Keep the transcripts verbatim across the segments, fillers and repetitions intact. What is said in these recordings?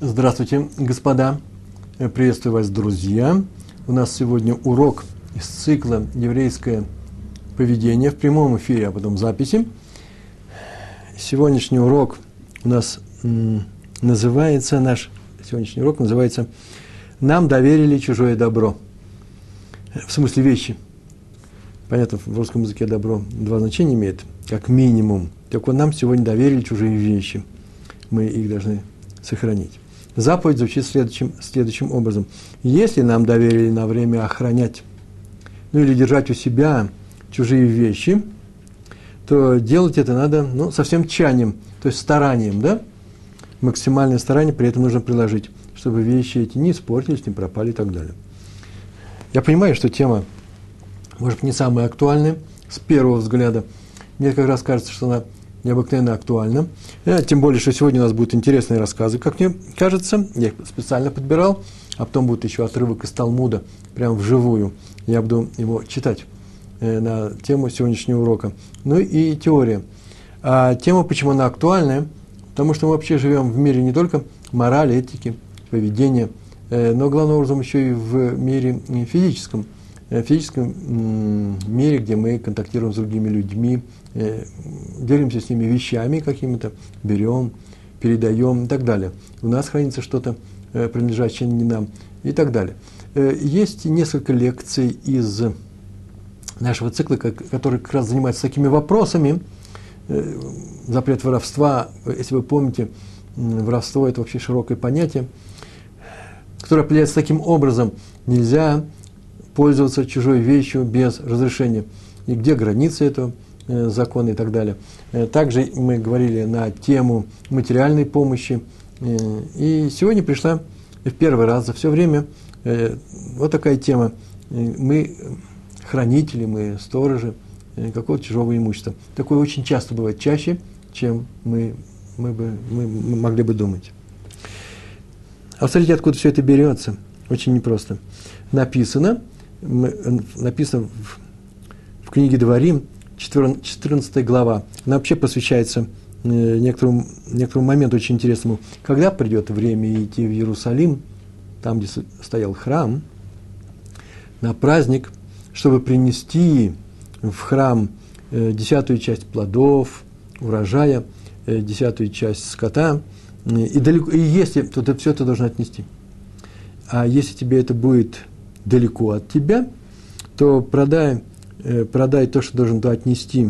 Здравствуйте, господа. Приветствую вас, друзья. У нас сегодня урок из цикла «Еврейское поведение» в прямом эфире, а потом в записи. Сегодняшний урок у нас м, называется, наш сегодняшний урок называется «Нам доверили чужое добро». В смысле вещи. Понятно, в русском языке добро два значения имеет, как минимум. Так вот, нам сегодня доверили чужие вещи. Мы их должны сохранить. Заповедь звучит следующим, следующим образом. Если нам доверили на время охранять, ну или держать у себя чужие вещи, то делать это надо, ну, со всем тщанием, то есть старанием, да? Максимальное старание при этом нужно приложить, чтобы вещи эти не испортились, не пропали и так далее. Я понимаю, что тема, может, не самая актуальная с первого взгляда. Мне как раз кажется, что она необыкновенно актуально. Тем более, что сегодня у нас будут интересные рассказы, как мне кажется. Я их специально подбирал, а потом будет еще отрывок из Талмуда, прямо вживую. Я буду его читать на тему сегодняшнего урока. Ну и теория. А тема, почему она актуальная? Потому что мы вообще живем в мире не только морали, этики, поведения, но главным образом еще и в мире физическом. В физическом мире, где мы контактируем с другими людьми, делимся с ними вещами какими-то, берем, передаем и так далее. У нас хранится что-то, принадлежащее не нам и так далее. Есть несколько лекций из нашего цикла, который как раз занимается такими вопросами. Запрет воровства, если вы помните, воровство – это вообще широкое понятие, которое определяется таким образом: нельзя пользоваться чужой вещью без разрешения. И где границы этого э, закона и так далее. Э, также мы говорили на тему материальной помощи. Э, и сегодня пришла в первый раз за все время э, вот такая тема. Э, мы хранители, мы сторожи э, какого-то чужого имущества. Такое очень часто бывает, чаще, чем мы, мы, бы, мы могли бы думать. А смотрите, откуда все это берется. Очень непросто. Написано, написано в, в книге Дворим, четырнадцатая глава. Она вообще посвящается некоторому, некоторому моменту очень интересному. Когда придет время идти в Иерусалим, там, где стоял храм, на праздник, чтобы принести в храм десятую часть плодов, урожая, десятую часть скота, и, далеко, и если, то ты все это должен отнести. А если тебе это будет далеко от тебя, то продай, э, продай то, что должен туда отнести.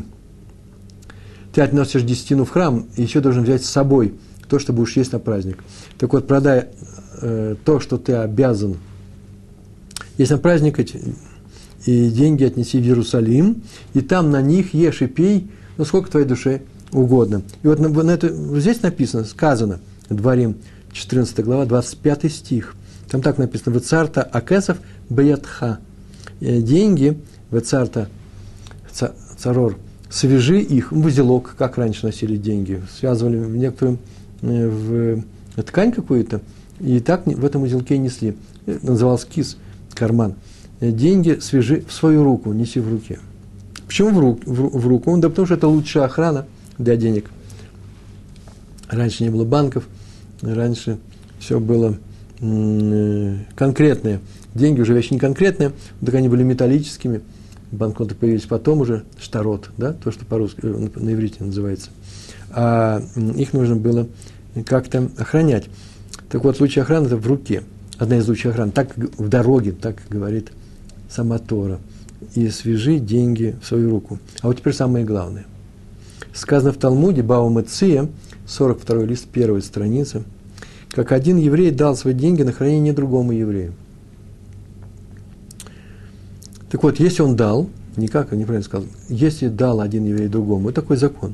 Ты относишь десятину в храм, и еще должен взять с собой то, что будешь есть на праздник. Так вот, продай э, то, что ты обязан есть на праздник, эти, и деньги отнеси в Иерусалим, и там на них ешь и пей, ну, сколько твоей душе угодно. И вот на, на это, здесь написано, сказано, Дворим, четырнадцатая глава, двадцать пятый стих. Там так написано: «Вецарта акесов беятха». Деньги, вецарта царор, свяжи их, в узелок, как раньше носили деньги, связывали в некоторую в ткань какую-то, и так в этом узелке несли. Назывался кис, карман. Деньги свяжи в свою руку, неси в руке. Почему в, рук, в, в руку? Да потому что это лучшая охрана для денег. Раньше не было банков, раньше все было конкретные. Деньги уже вещь не конкретная, так они были металлическими. Банкноты появились потом уже, штарот, да, то, что по-русски, на иврите называется. А их нужно было как-то охранять. Так вот, случай охраны – это в руке. Одна из случаев охраны. Так в дороге, так говорит сама Тора. И свяжи деньги в свою руку. А вот теперь самое главное. Сказано в Талмуде, Бава Меция, сорок второй лист, первой страницы, как один еврей дал свои деньги на хранение другому еврею. Так вот, если он дал, никак, неправильно сказал, если дал один еврей другому, это такой закон,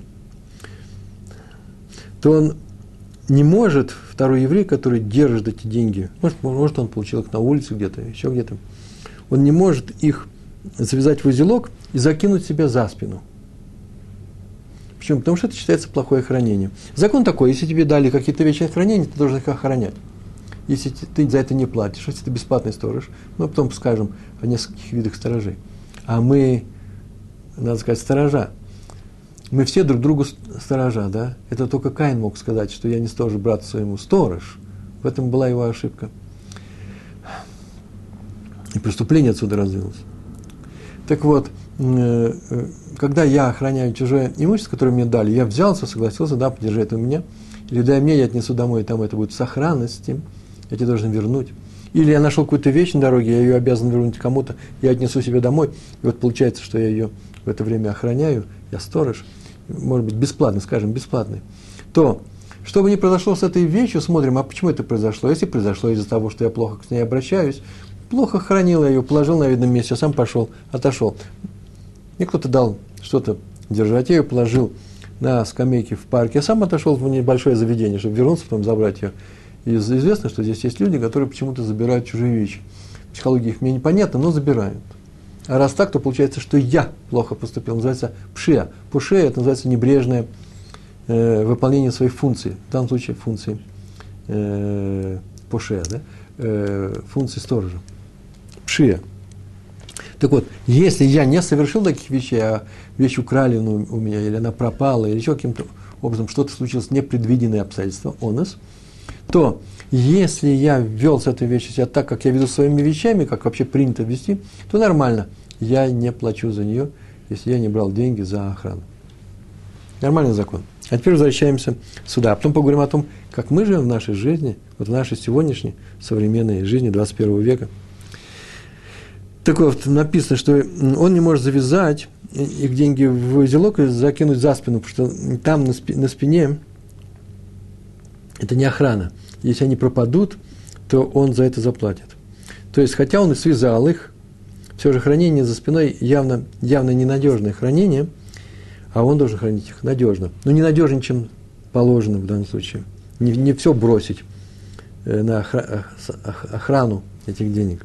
то он не может, второй еврей, который держит эти деньги, может, может он получил их на улице где-то, еще где-то, он не может их завязать в узелок и закинуть себе за спину. Почему? Потому что это считается плохое хранение. Закон такой: если тебе дали какие-то вещи на хранение, ты должен их охранять. Если ты за это не платишь, если ты бесплатный сторож, ну, потом скажем о нескольких видах сторожей. А мы, надо сказать, сторожа. Мы все друг другу сторожа, да? Это только Каин мог сказать, что я не сторож брату своему, сторож. В этом была его ошибка. И преступление отсюда развилось. Так вот, когда я охраняю чужое имущество, которое мне дали, я взялся, согласился, да, подержи это у меня, или дай мне, я отнесу домой, и там это будет в сохранности, я тебе должен вернуть. Или я нашел какую-то вещь на дороге, я ее обязан вернуть кому-то, я отнесу себе домой, и вот получается, что я ее в это время охраняю, я сторож, может быть, бесплатный, скажем, бесплатный, то, что бы ни произошло с этой вещью, смотрим, а почему это произошло? Если произошло из-за того, что я плохо с ней обращаюсь, плохо хранил я ее, положил на видном месте, а сам пошел, отошел. Мне кто-то дал что-то держать, я ее положил на скамейке в парке, я сам отошел в небольшое заведение, чтобы вернуться, потом забрать ее. И известно, что здесь есть люди, которые почему-то забирают чужие вещи. Психология их мне непонятна, но забирают. А раз так, то получается, что я плохо поступил. Называется пшия. Пушия – это называется небрежное э, выполнение своих функций. В данном случае функции э, пушия, да? э, функции сторожа. Пшия. Так вот, если я не совершил таких вещей, а вещь украли ну, у меня, или она пропала, или еще каким-то образом что-то случилось, непредвиденные обстоятельства, онос, то если я вел с этой вещью себя так, как я веду своими вещами, как вообще принято вести, то нормально. Я не плачу за нее, если я не брал деньги за охрану. Нормальный закон. А теперь возвращаемся сюда. А потом поговорим о том, как мы живем в нашей жизни, вот в нашей сегодняшней современной жизни двадцать первого века. Так вот, написано, что он не может завязать их деньги в узелок и закинуть за спину, потому что там на, спи, на спине это не охрана. Если они пропадут, то он за это заплатит. То есть, хотя он и связал их, все же хранение за спиной явно, явно ненадежное хранение, а он должен хранить их надежно. Но не надежнее, чем положено в данном случае. Не, не все бросить на охрану этих денег.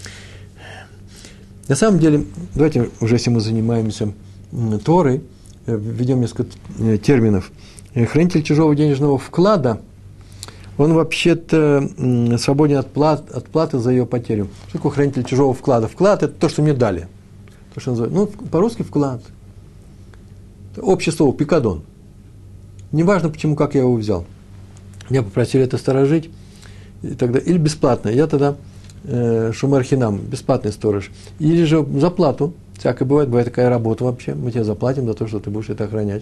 На самом деле, давайте уже, если мы занимаемся Торой, введем несколько терминов. Хранитель чужого денежного вклада, он вообще-то свободен от, плат, от платы за ее потерю. Что такое хранитель чужого вклада? Вклад – это то, что мне дали. То, что называют, ну, по-русски вклад. Общее слово – пикадон. Неважно, почему, как я его взял. Меня попросили это сторожить, и тогда, или бесплатно. Я тогда э, шумер хинам, бесплатный сторож. Или же за плату. Всякое бывает, бывает такая работа вообще. Мы тебе заплатим за то, что ты будешь это охранять.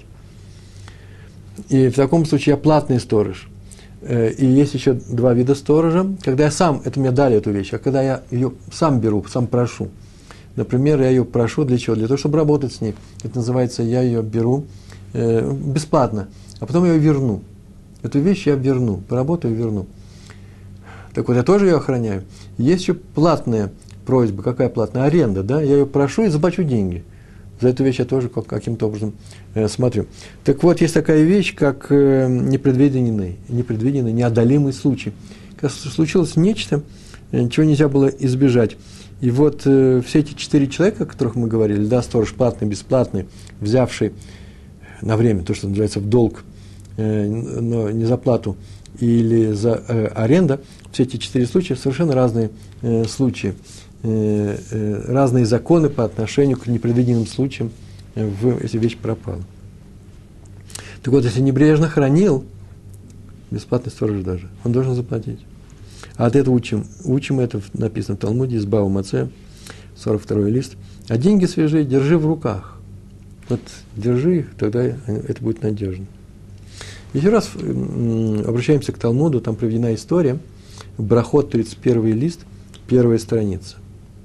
И в таком случае я платный сторож. И есть еще два вида сторожа. Когда я сам, это мне дали эту вещь, а когда я ее сам беру, сам прошу. Например, я ее прошу для чего? Для того, чтобы работать с ней. Это называется, я ее беру э, бесплатно, а потом я ее верну. Эту вещь я верну, поработаю и верну. Так вот, я тоже ее охраняю. Есть еще платная просьба. Какая платная? Аренда, да? Я ее прошу и заплачу деньги. За эту вещь я тоже каким-то образом э, смотрю. Так вот, есть такая вещь, как э, непредвиденный, непредвиденный, неодолимый случай. Когда случилось нечто, э, чего нельзя было избежать. И вот э, все эти четыре человека, о которых мы говорили, да, сторож платный, бесплатный, взявший на время, то, что называется в долг, э, но не за плату, или за э, аренда, все эти четыре случая совершенно разные э, случаи. Разные законы по отношению к непредвиденным случаям, в, если вещь пропала. Так вот, если небрежно хранил, бесплатный сторож даже, он должен заплатить. А от этого учим, учим это написано в Талмуде, из Бава Маце, сорок второй лист. А деньги свежие держи в руках. Вот держи их, тогда это будет надежно. Еще раз обращаемся к Талмуду, там приведена история, Брахот, тридцать первый лист, первая страница.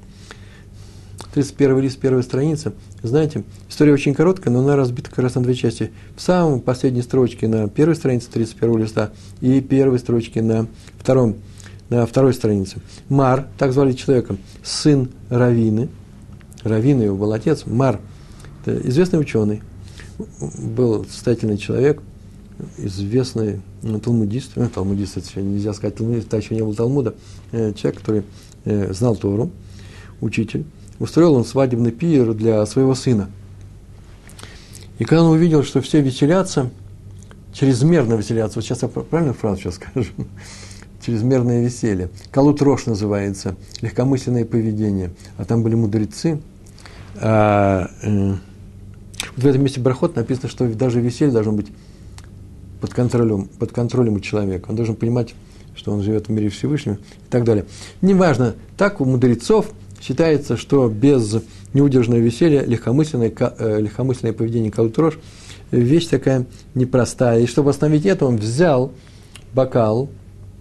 тридцать первый лист, первая страница. Знаете, история очень короткая, но она разбита как раз на две части. В самой последней строчке на первой странице тридцать первого листа и первой строчке на, втором, на второй странице. Мар, так звали человека, сын Равины. Равина его был отец. Мар, это известный ученый, был состоятельный человек, известный ну, талмудист. Ну, талмудист, это еще нельзя сказать, талмудист, это еще не был Талмуда. Человек, который э, знал Тору, учитель. Устроил он свадебный пир для своего сына. И когда он увидел, что все веселятся, чрезмерно веселятся, вот сейчас я правильную фразу сейчас скажу, чрезмерное веселье, калут рош называется, легкомысленное поведение, а там были мудрецы. А, э, вот в этом месте Брахот написано, что даже веселье должно быть под контролем, под контролем у человека. Он должен понимать что он живет в мире Всевышнего и так далее. Неважно, так у мудрецов считается, что без неудержанного веселья легкомысленное, легкомысленное поведение калут-рош – вещь такая непростая. И чтобы остановить это, он взял бокал,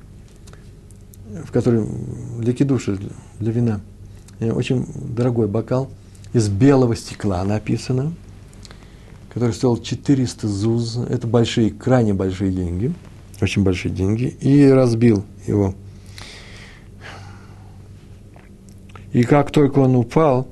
в который для кидуша, для вина, очень дорогой бокал, из белого стекла написано, который стоил четыреста зуз, это большие, крайне большие деньги, очень большие деньги, и разбил его. И как только он упал,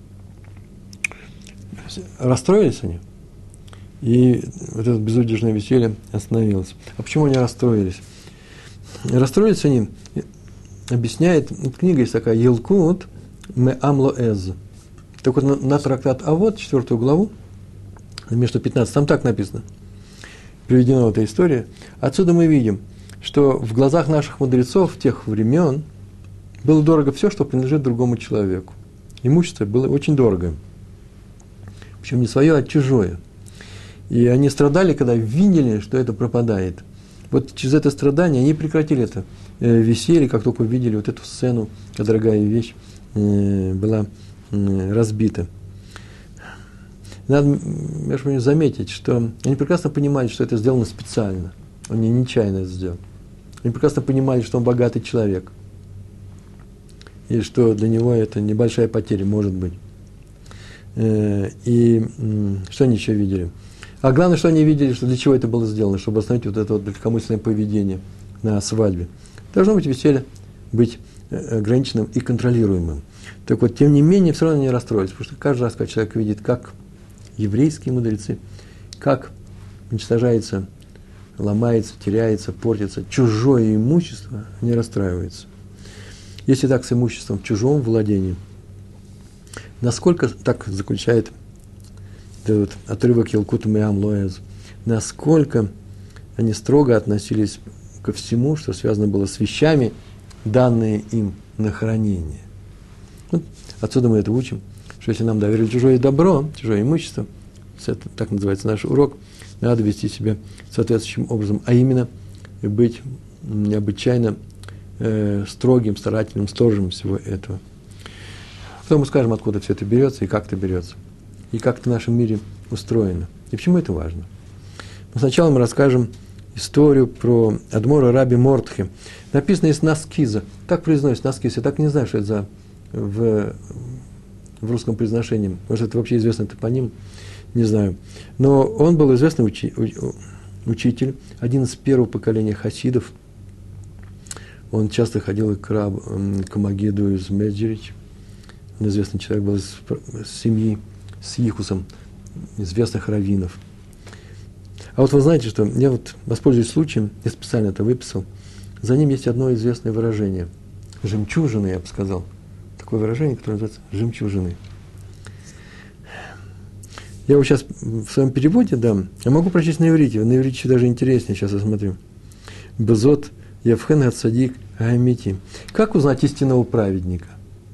расстроились они, и вот это безудержное веселье остановилось. А почему они расстроились? Расстроились они, объясняет, вот книга есть такая, Елкут Меам Лоэз. Так вот, на, на трактат Авот, четвертую главу, между пятнадцать, там так написано, приведена эта история. Отсюда мы видим, что в глазах наших мудрецов тех времен было дорого все, что принадлежит другому человеку. Имущество было очень дорого. Причем не свое, а чужое. И они страдали, когда видели, что это пропадает. Вот через это страдание они прекратили это э, веселье, как только увидели вот эту сцену, когда дорогая вещь э, была э, разбита. Надо, между прочим, заметить, что они прекрасно понимали, что это сделано специально. Он не нечаянно это сделал. Они прекрасно понимали, что он богатый человек. И что для него это небольшая потеря, может быть. И что они еще видели? А главное, что они видели, что для чего это было сделано, чтобы остановить вот это вот легкомысленное поведение на свадьбе. Должно быть веселье, быть ограниченным и контролируемым. Так вот, тем не менее, все равно не расстроились, потому что каждый раз, когда человек видит, как еврейские мудрецы, как уничтожается, ломается, теряется, портится чужое имущество, не расстраивается. Если так с имуществом в чужом владении, насколько, так заключает этот отрывок Елкут Меам Лоэз, насколько они строго относились ко всему, что связано было с вещами, данные им на хранение. Вот отсюда мы это учим, что если нам доверили чужое добро, чужое имущество, это так называется наш урок, надо вести себя соответствующим образом, а именно быть необычайно э, строгим, старательным сторожем всего этого. Потом мы скажем, откуда все это берется и как это берется, и как это в нашем мире устроено, и почему это важно. Но сначала мы расскажем историю про адмора Раби Мортхе. Написано из Наскиза, так произносится Наскиз, я так не знаю, что это за в, в русском произношении, может, это вообще известный топоним, не знаю. Но он был известный учи, учитель, один из первого поколения хасидов. Он часто ходил к, раб, к Магиду из Меджирич. Он известный человек был из семьи с Ихусом, известных раввинов. А вот вы знаете, что я вот воспользуюсь случаем, я специально это выписал, за ним есть одно известное выражение. Жемчужины, я бы сказал. Такое выражение, которое называется жемчужины. Я его сейчас в своем переводе дам. Я могу прочесть на иврите. На иврите даже интереснее, сейчас я смотрю. Безот Явхен Гацадик Гамити. Как узнать истинного праведника?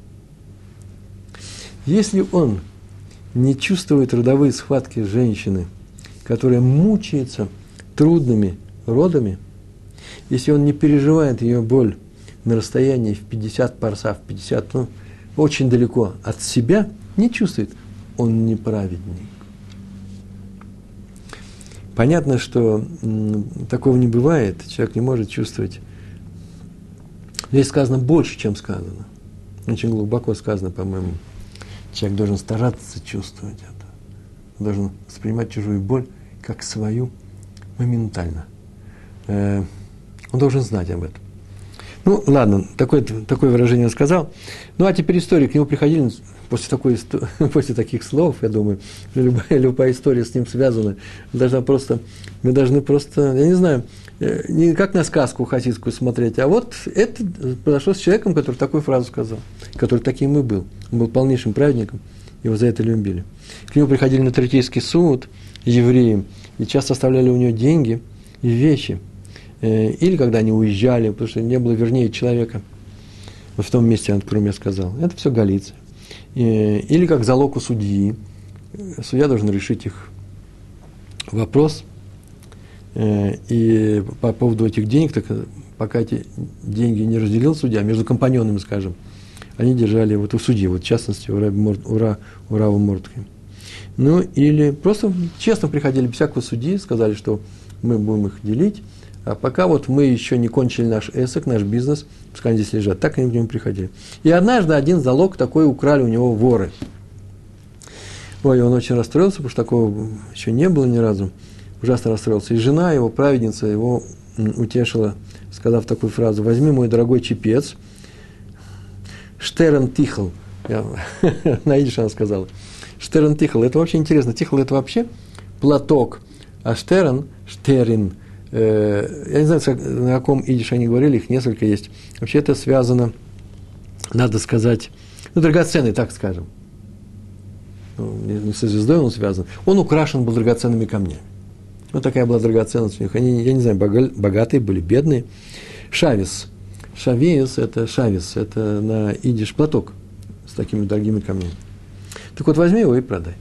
Если он не чувствует родовые схватки женщины, которая мучается трудными родами, если он не переживает ее боль на расстоянии в пятьдесят парса, в пятьдесят, ну, очень далеко от себя, не чувствует, он не праведник. Понятно, что м, такого не бывает, человек не может чувствовать. Здесь сказано больше, чем сказано. Очень глубоко сказано, по-моему. Человек должен стараться чувствовать это. Он должен воспринимать чужую боль как свою моментально. Э, он должен знать об этом. Ну, ладно, такое, такое выражение он сказал. Ну, а теперь история. К нему приходили после, такой, после таких слов, я думаю, любая, любая история с ним связана. Мы должны просто, мы должны просто, я не знаю, не как на сказку хасидскую смотреть, а вот это произошло с человеком, который такую фразу сказал, который таким и был. Он был полнейшим праведником, его за это любили. К нему приходили на третейский суд евреи, и часто оставляли у него деньги и вещи. Или когда они уезжали, потому что не было вернее человека вот в том месте, о котором я сказал. Это все Галиция. Или как залог у судьи. Судья должен решить их вопрос. И по поводу этих денег, так пока эти деньги не разделил судья, между компаньонами, скажем, они держали вот у судьи, вот в частности, у Рава Мордхи. Ну, или просто честно приходили без всякого судьи, сказали, что мы будем их делить, а пока вот мы еще не кончили наш эсэк, наш бизнес, пускай они здесь лежат, так они к нему приходили. И однажды один залог такой украли у него воры. Ой, он очень расстроился, потому что такого еще не было ни разу. Ужасно расстроился. И жена его, праведница, его утешила, сказав такую фразу: «Возьми, мой дорогой чепец, штерн тихл». На идиш она сказала. Штерн тихл. Это вообще интересно. Тихл – это вообще платок, а штерн – штерин. Я не знаю, на каком идиш они говорили, их несколько есть. Вообще это связано, надо сказать, ну, драгоценный, так скажем. Не со звездой он связан. Он украшен был драгоценными камнями. Вот такая была драгоценность у них. Они, я не знаю, богатые были, бедные. Шавис. Шавис – это шавис, это на идиш платок с такими дорогими камнями. Так вот, возьми его и продай.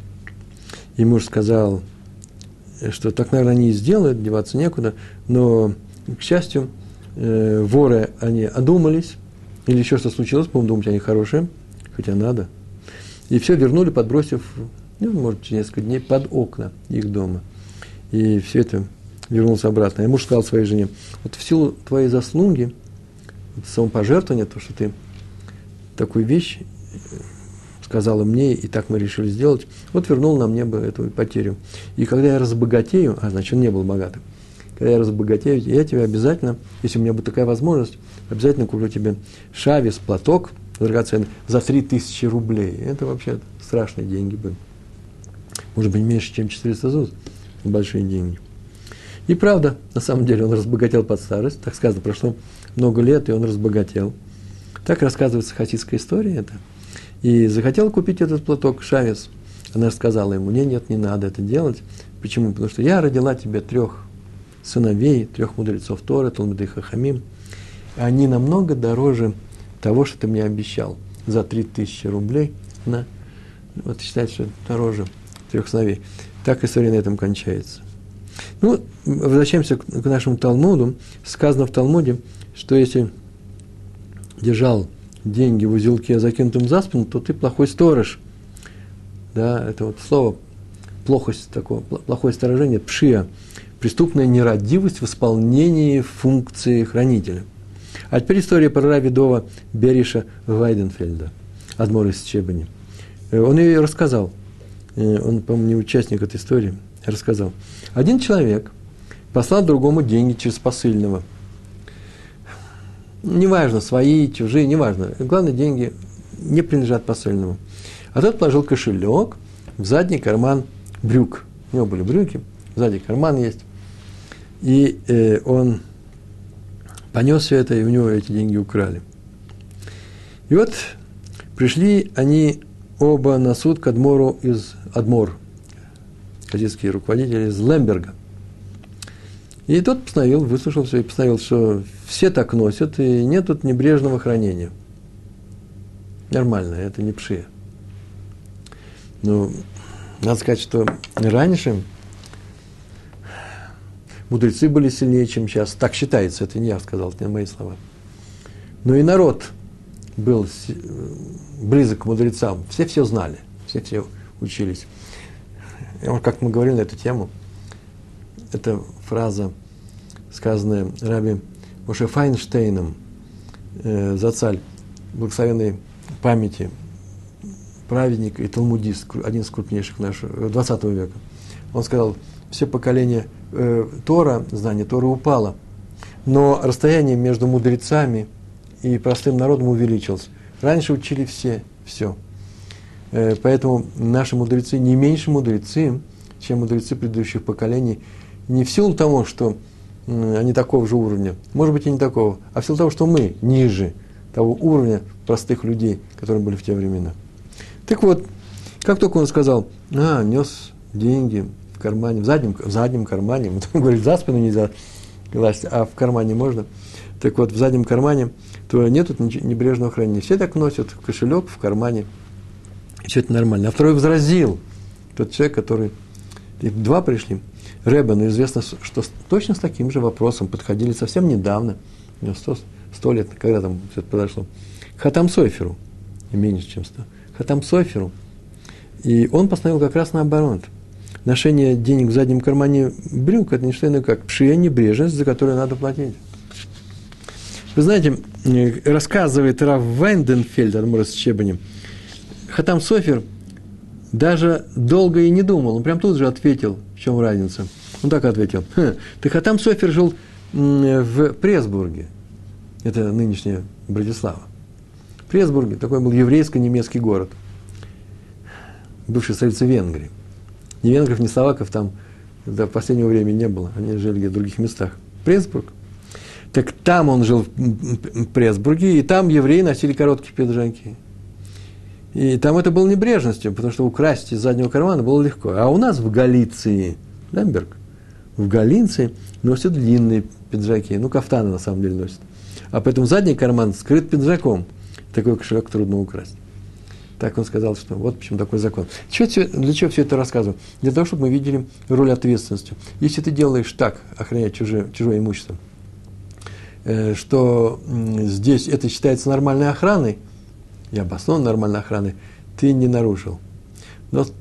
И муж сказал, что так, наверное, они и сделают, деваться некуда, но, к счастью, э, воры, они одумались, или еще что случилось, по-моему, думать они хорошие, хотя надо, и все вернули, подбросив, ну, может, через несколько дней под окна их дома. И все это вернулось обратно. И муж сказал своей жене: вот в силу твоей заслуги, самопожертвования, то, что ты такую вещь сказала мне, и так мы решили сделать, вот вернул нам небо эту потерю. И когда я разбогатею, а значит, он не был богатым, когда я разбогатею, я тебе обязательно, если у меня будет такая возможность, обязательно куплю тебе шавис, платок драгоценный за три тысячи рублей. Это вообще страшные деньги были. Может быть, меньше, чем четыреста зуз. Большие деньги. И правда, на самом деле, он разбогател под старость. Так сказано, прошло много лет, и он разбогател. Так рассказывается хасидская история это. И захотел купить этот платок шавис. Она сказала ему: нет, нет, не надо это делать. Почему? Потому что я родила тебе трех сыновей, трех мудрецов Торы, Талмидей Хахамим. Они намного дороже того, что ты мне обещал. За три тысячи рублей. На, вот считается, что дороже трех сыновей. Так история на этом кончается. Ну, возвращаемся к, к нашему Талмуду. Сказано в Талмуде, что если держал деньги в узелке, закинутым за спину, то ты плохой сторож. Да, это вот слово, плохость такое, плохое сторожение, пшия, преступная нерадивость в исполнении функции хранителя. А теперь история про Рави Дова Бериша Вайденфельда, адмора из Чебани. Он ее рассказал. Он, по-моему, не участник этой истории, рассказал. Один человек послал другому деньги через посыльного. Неважно, свои, чужие, неважно. Главное, деньги не принадлежат посыльному. А тот положил кошелек в задний карман брюк. У него были брюки, сзади карман есть. И э, он понес все это, и у него эти деньги украли. И вот пришли они оба на суд к адмору из Адмор, хасидские руководители из Лемберга. И тот постановил, выслушал все и постановил, что все так носят, и нет тут небрежного хранения. Нормально, это не пшия. Но надо сказать, что раньше мудрецы были сильнее, чем сейчас. Так считается, это не я сказал, это не мои слова. Но и народ был близок к мудрецам. Все все знали, все все учились. Как мы говорили на эту тему, это фраза, сказанная Раби Моше Файнштейном, э, Зацаль, благословенной памяти, праведник и талмудист, один из крупнейших нашего двадцатого века. Он сказал: все поколения э, Тора, знание Торы упало, но расстояние между мудрецами и простым народом увеличилось. Раньше учили все, все. Э, поэтому наши мудрецы не меньше мудрецы, чем мудрецы предыдущих поколений, не в силу того, что э, они такого же уровня, может быть, и не такого, а в силу того, что мы ниже того уровня простых людей, которые были в те времена. Так вот, как только он сказал: а, нес деньги в кармане, в заднем, в заднем кармане, он говорит, за спину нельзя класть, а в кармане можно, так вот, в заднем кармане, то нет тут небрежного хранения. Все так носят кошелек в кармане, и все это нормально. А второй возразил, тот человек, который, два пришли, Ребе, но известно, что точно с таким же вопросом подходили совсем недавно, сто, сто лет, когда там все это произошло, к Хатам Соферу, и меньше, чем сто, Хатам Соферу, и он постановил как раз наоборот. Ношение денег в заднем кармане брюк – это не что иное, как пшия, небрежность, за которую надо платить. Вы знаете, рассказывает Рав Вайнденфельд, Адмор Чебани, Хатам Софер даже долго и не думал, он прям тут же ответил, в чем разница. Он так ответил: ты Хатам Софер жил в Пресбурге, это нынешняя Братислава. Пресбурге, такой был еврейско-немецкий город, бывшая столица Венгрии. Ни венгров, ни словаков там до последнего времени не было, они жили в других местах. Пресбург. Так там он жил в Пресбурге, и там евреи носили короткие пиджаки. И там это было небрежностью, потому что украсть из заднего кармана было легко. А у нас в Галиции, Лемберг, в Галиции носят длинные пиджаки, ну, кафтаны на самом деле носят. А поэтому задний карман скрыт пиджаком. Такой кошелек трудно украсть. Так он сказал, что вот почему такой закон. Для чего все это рассказываю? Для того, чтобы мы видели роль ответственности. Если ты делаешь так, охранять чужое, чужое имущество, что здесь это считается нормальной охраной, и обоснованной нормальной охраной, ты не нарушил. Но вот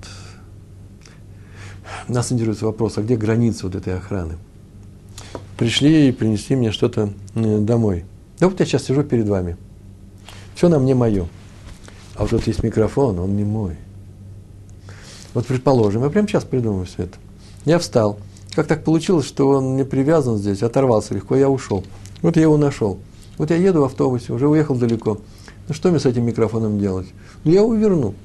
нас интересует вопрос, а где граница вот этой охраны? Пришли и принесли мне что-то домой. Да вот я сейчас сижу перед вами. Все на мне мое. А вот тут есть микрофон, он не мой. Вот предположим, я прямо сейчас придумаю все это. Я встал. Как так получилось, что он не привязан здесь, оторвался легко, я ушел. Вот я его нашел. Вот я еду в автобусе, уже уехал далеко. Ну что мне с этим микрофоном делать? Ну я его верну.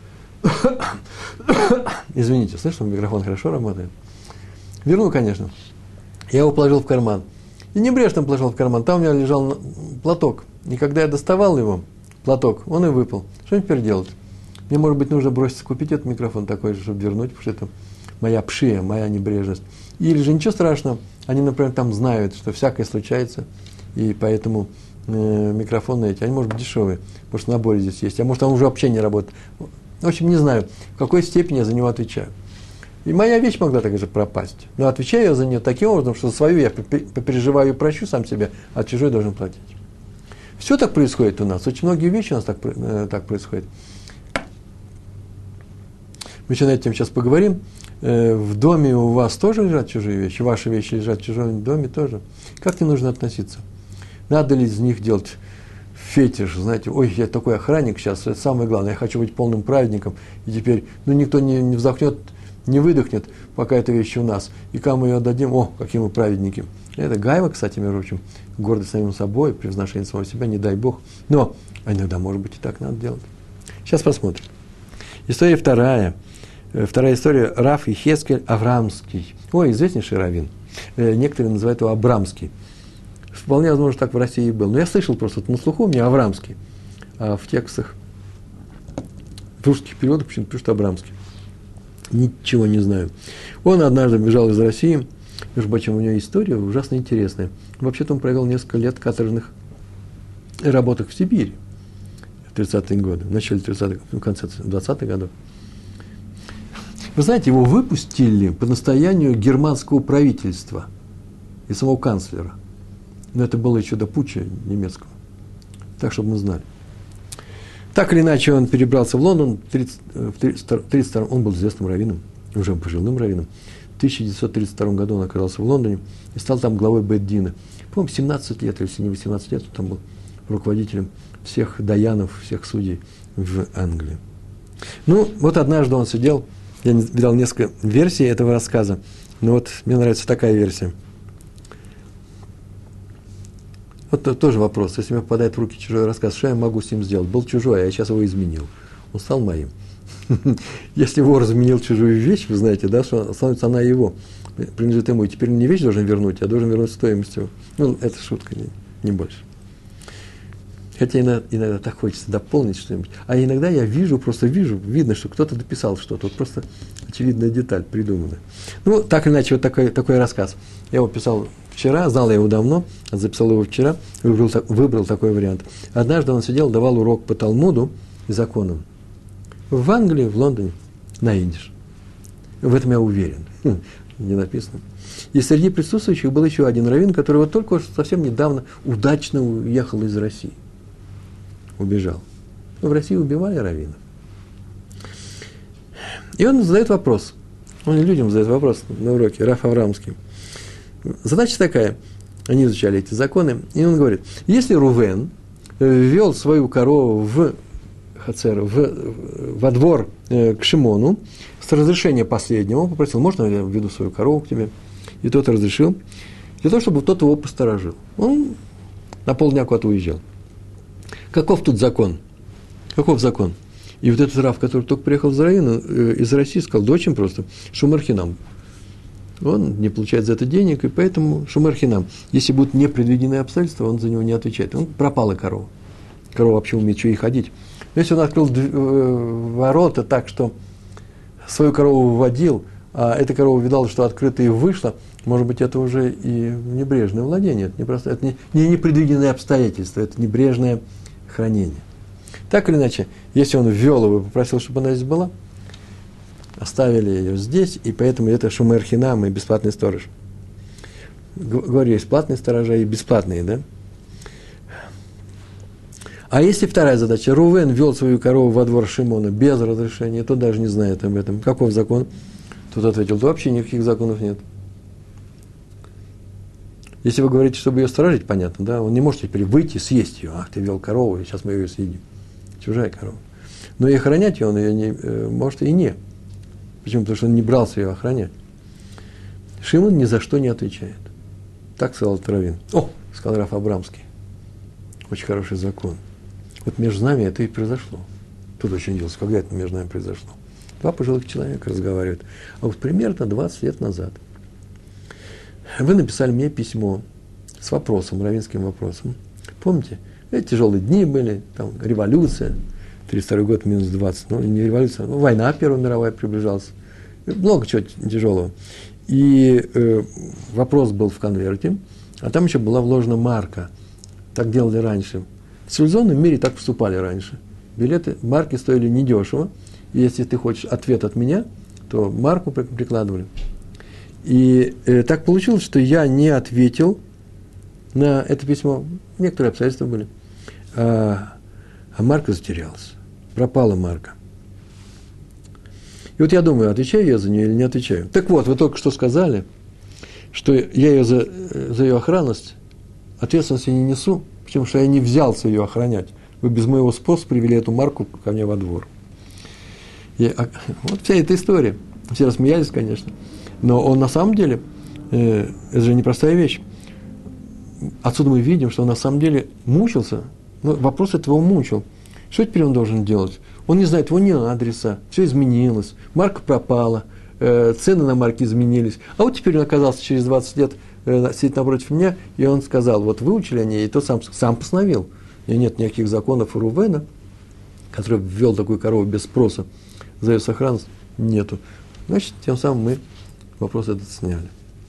Извините, слышно, микрофон хорошо работает? Верну, конечно. Я его положил в карман. И небрежно положил в карман. Там у меня лежал платок. И когда я доставал его, платок, он и выпал. Что мне теперь делать? Мне, может быть, нужно броситься купить этот микрофон такой же, чтобы вернуть, потому что это моя пшия, моя небрежность. Или же ничего страшного, они, например, там знают, что всякое случается, и поэтому э, микрофоны эти, они, может быть, дешевые, может, в наборе здесь есть, а может, он уже вообще не работает. В общем, не знаю, в какой степени я за него отвечаю. И моя вещь могла так же пропасть. Но отвечаю я за нее таким образом, что за свою я попереживаю и прощу сам себя, а чужой должен платить. Все так происходит у нас. Очень многие вещи у нас так, э, так происходят. Мы еще над этим сейчас поговорим. Э, в доме у вас тоже лежат чужие вещи, ваши вещи лежат в чужом доме тоже. Как к ним нужно относиться? Надо ли из них делать фетиш? Знаете, ой, я такой охранник сейчас, это самое главное, я хочу быть полным праведником, и теперь ну, никто не, не вздохнет, не выдохнет, пока эта вещь у нас. И кому ее отдадим, о, какие мы праведники. Это гайва, кстати, между прочим, гордость самим собой, превозношение самого себя, не дай Бог. Но иногда, может быть, и так надо делать. Сейчас посмотрим. История вторая. Вторая история. Рав Йехескель Аврамский. Ой, известнейший раввин. Некоторые называют его Абрамский. Вполне возможно, так в России и был. Но я слышал просто на слуху у меня Аврамский. А в текстах, в русских переводах почему-то пишут Абрамский. Ничего не знаю. Он однажды бежал из России. Между прочим, у него история ужасно интересная. Вообще-то он провел несколько лет каторжных работах в Сибири в тридцатые годы, в начале тридцатых, в конце двадцатых годов. Вы знаете, его выпустили по настоянию германского правительства и самого канцлера. Но это было еще до путча немецкого. Так, чтобы мы знали. Так или иначе, он перебрался в Лондон. В тридцать втором он был известным раввином, уже пожилым раввином. В тысяча девятьсот тридцать втором году он оказался в Лондоне и стал там главой Бейт-Дина. По-моему, семнадцать лет, или если не восемнадцать лет, он там был руководителем всех даянов, всех судей в Англии. Ну, вот однажды он сидел, я видал несколько версий этого рассказа, но вот мне нравится такая версия. Вот тоже вопрос, если мне попадает в руки чужой рассказ, что я могу с ним сделать? Был чужой, а я сейчас его изменил. Он стал моим. Если вор изменил чужую вещь, вы знаете, да, что становится она его, принадлежит ему, и теперь не вещь должен вернуть, а должен вернуть стоимостью. Ну, это шутка, не, не больше. Хотя иногда, иногда так хочется дополнить что-нибудь. А иногда я вижу, просто вижу, видно, что кто-то дописал что-то, вот просто очевидная деталь придумана. Ну, так или иначе, вот такой, такой рассказ. Я его писал вчера, знал я его давно, записал его вчера, выбрал, выбрал такой вариант. Однажды он сидел, давал урок по Талмуду и законам. В Англии, в Лондоне, на идиш. В этом я уверен. не написано. И среди присутствующих был еще один раввин, который вот только совсем недавно удачно уехал из России. Убежал. Но в России убивали раввинов. И он задает вопрос. Он людям задает вопрос на уроке, Раф Аврамский. Задача такая. Они изучали эти законы. И он говорит, если Рувен ввел свою корову в Хацер, в, во двор э, к Шимону, с разрешения последнего, он попросил, можно я введу свою корову к тебе? И тот разрешил, для того, чтобы тот его посторожил. Он на полдня куда-то уезжал. Каков тут закон? Каков закон? И вот этот Рав, который только приехал из района, э, из России, сказал, да очень просто, шумер хинам. Он не получает за это денег, и поэтому шумер хинам. Если будут непредвиденные обстоятельства, он за него не отвечает. Он пропала корова. Корова вообще умеет еще и ходить. Но если он открыл ворота так, что свою корову вводил, а эта корова видала, что открыто и вышла, может быть, это уже и небрежное владение. Это не, просто, это не, не непредвиденные обстоятельства, это небрежное хранение. Так или иначе, если он ввел его и попросил, чтобы она здесь была, оставили ее здесь, и поэтому это шумер хинам и бесплатный сторож. Говорю, есть платные сторожа и бесплатные, да? А если вторая задача, Рувен ввел свою корову во двор Шимона без разрешения, то даже не знает об этом. Каков закон? Тот ответил, да вообще никаких законов нет. Если вы говорите, чтобы ее сторожить, понятно, да, он не может теперь выйти и съесть ее. Ах, ты вел корову, и сейчас мы ее съедим. Чужая корова. Но и охранять ее он ее не, может и не. Почему? Потому что он не брался ее охранять. Шимон ни за что не отвечает. Так сказал Равин. О, сказал Раф Абрамский. Очень хороший закон. Вот между нами это и произошло. Тут очень делается, когда это между нами произошло. Два пожилых человека разговаривают. А вот примерно двадцать лет назад вы написали мне письмо с вопросом, раввинским вопросом. Помните? Эти тяжелые дни были, там революция, тридцать второй год минус двадцать, ну не революция, ну, война Первая мировая приближалась. Много чего тяжелого. И э, вопрос был в конверте, а там еще была вложена марка. Так делали раньше. В цивилизованном мире так поступали раньше. Билеты, марки стоили недешево. И если ты хочешь ответ от меня, то марку прикладывали. И э, так получилось, что я не ответил на это письмо. Некоторые обстоятельства были. А, а марка затерялась. Пропала марка. И вот я думаю, отвечаю я за нее или не отвечаю. Так вот, вы только что сказали, что я ее за, за ее охранность ответственности не несу, потому что я не взялся ее охранять. Вы без моего спроса привели эту марку ко мне во двор. И, вот вся эта история. Все рассмеялись, конечно. Но он на самом деле, э, это же непростая вещь. Отсюда мы видим, что он на самом деле мучился. Ну, вопрос этого мучил. Что теперь он должен делать? Он не знает его ни адреса, все изменилось, марка пропала, э, цены на марки изменились. А вот теперь он оказался через двадцать лет э, сидит напротив меня, и он сказал, вот выучили они, и тот сам, сам постановил. И нет никаких законов у Рувена, который ввел такую корову без спроса, за ее сохранность нету. Значит, тем самым мы вопрос этот сняли.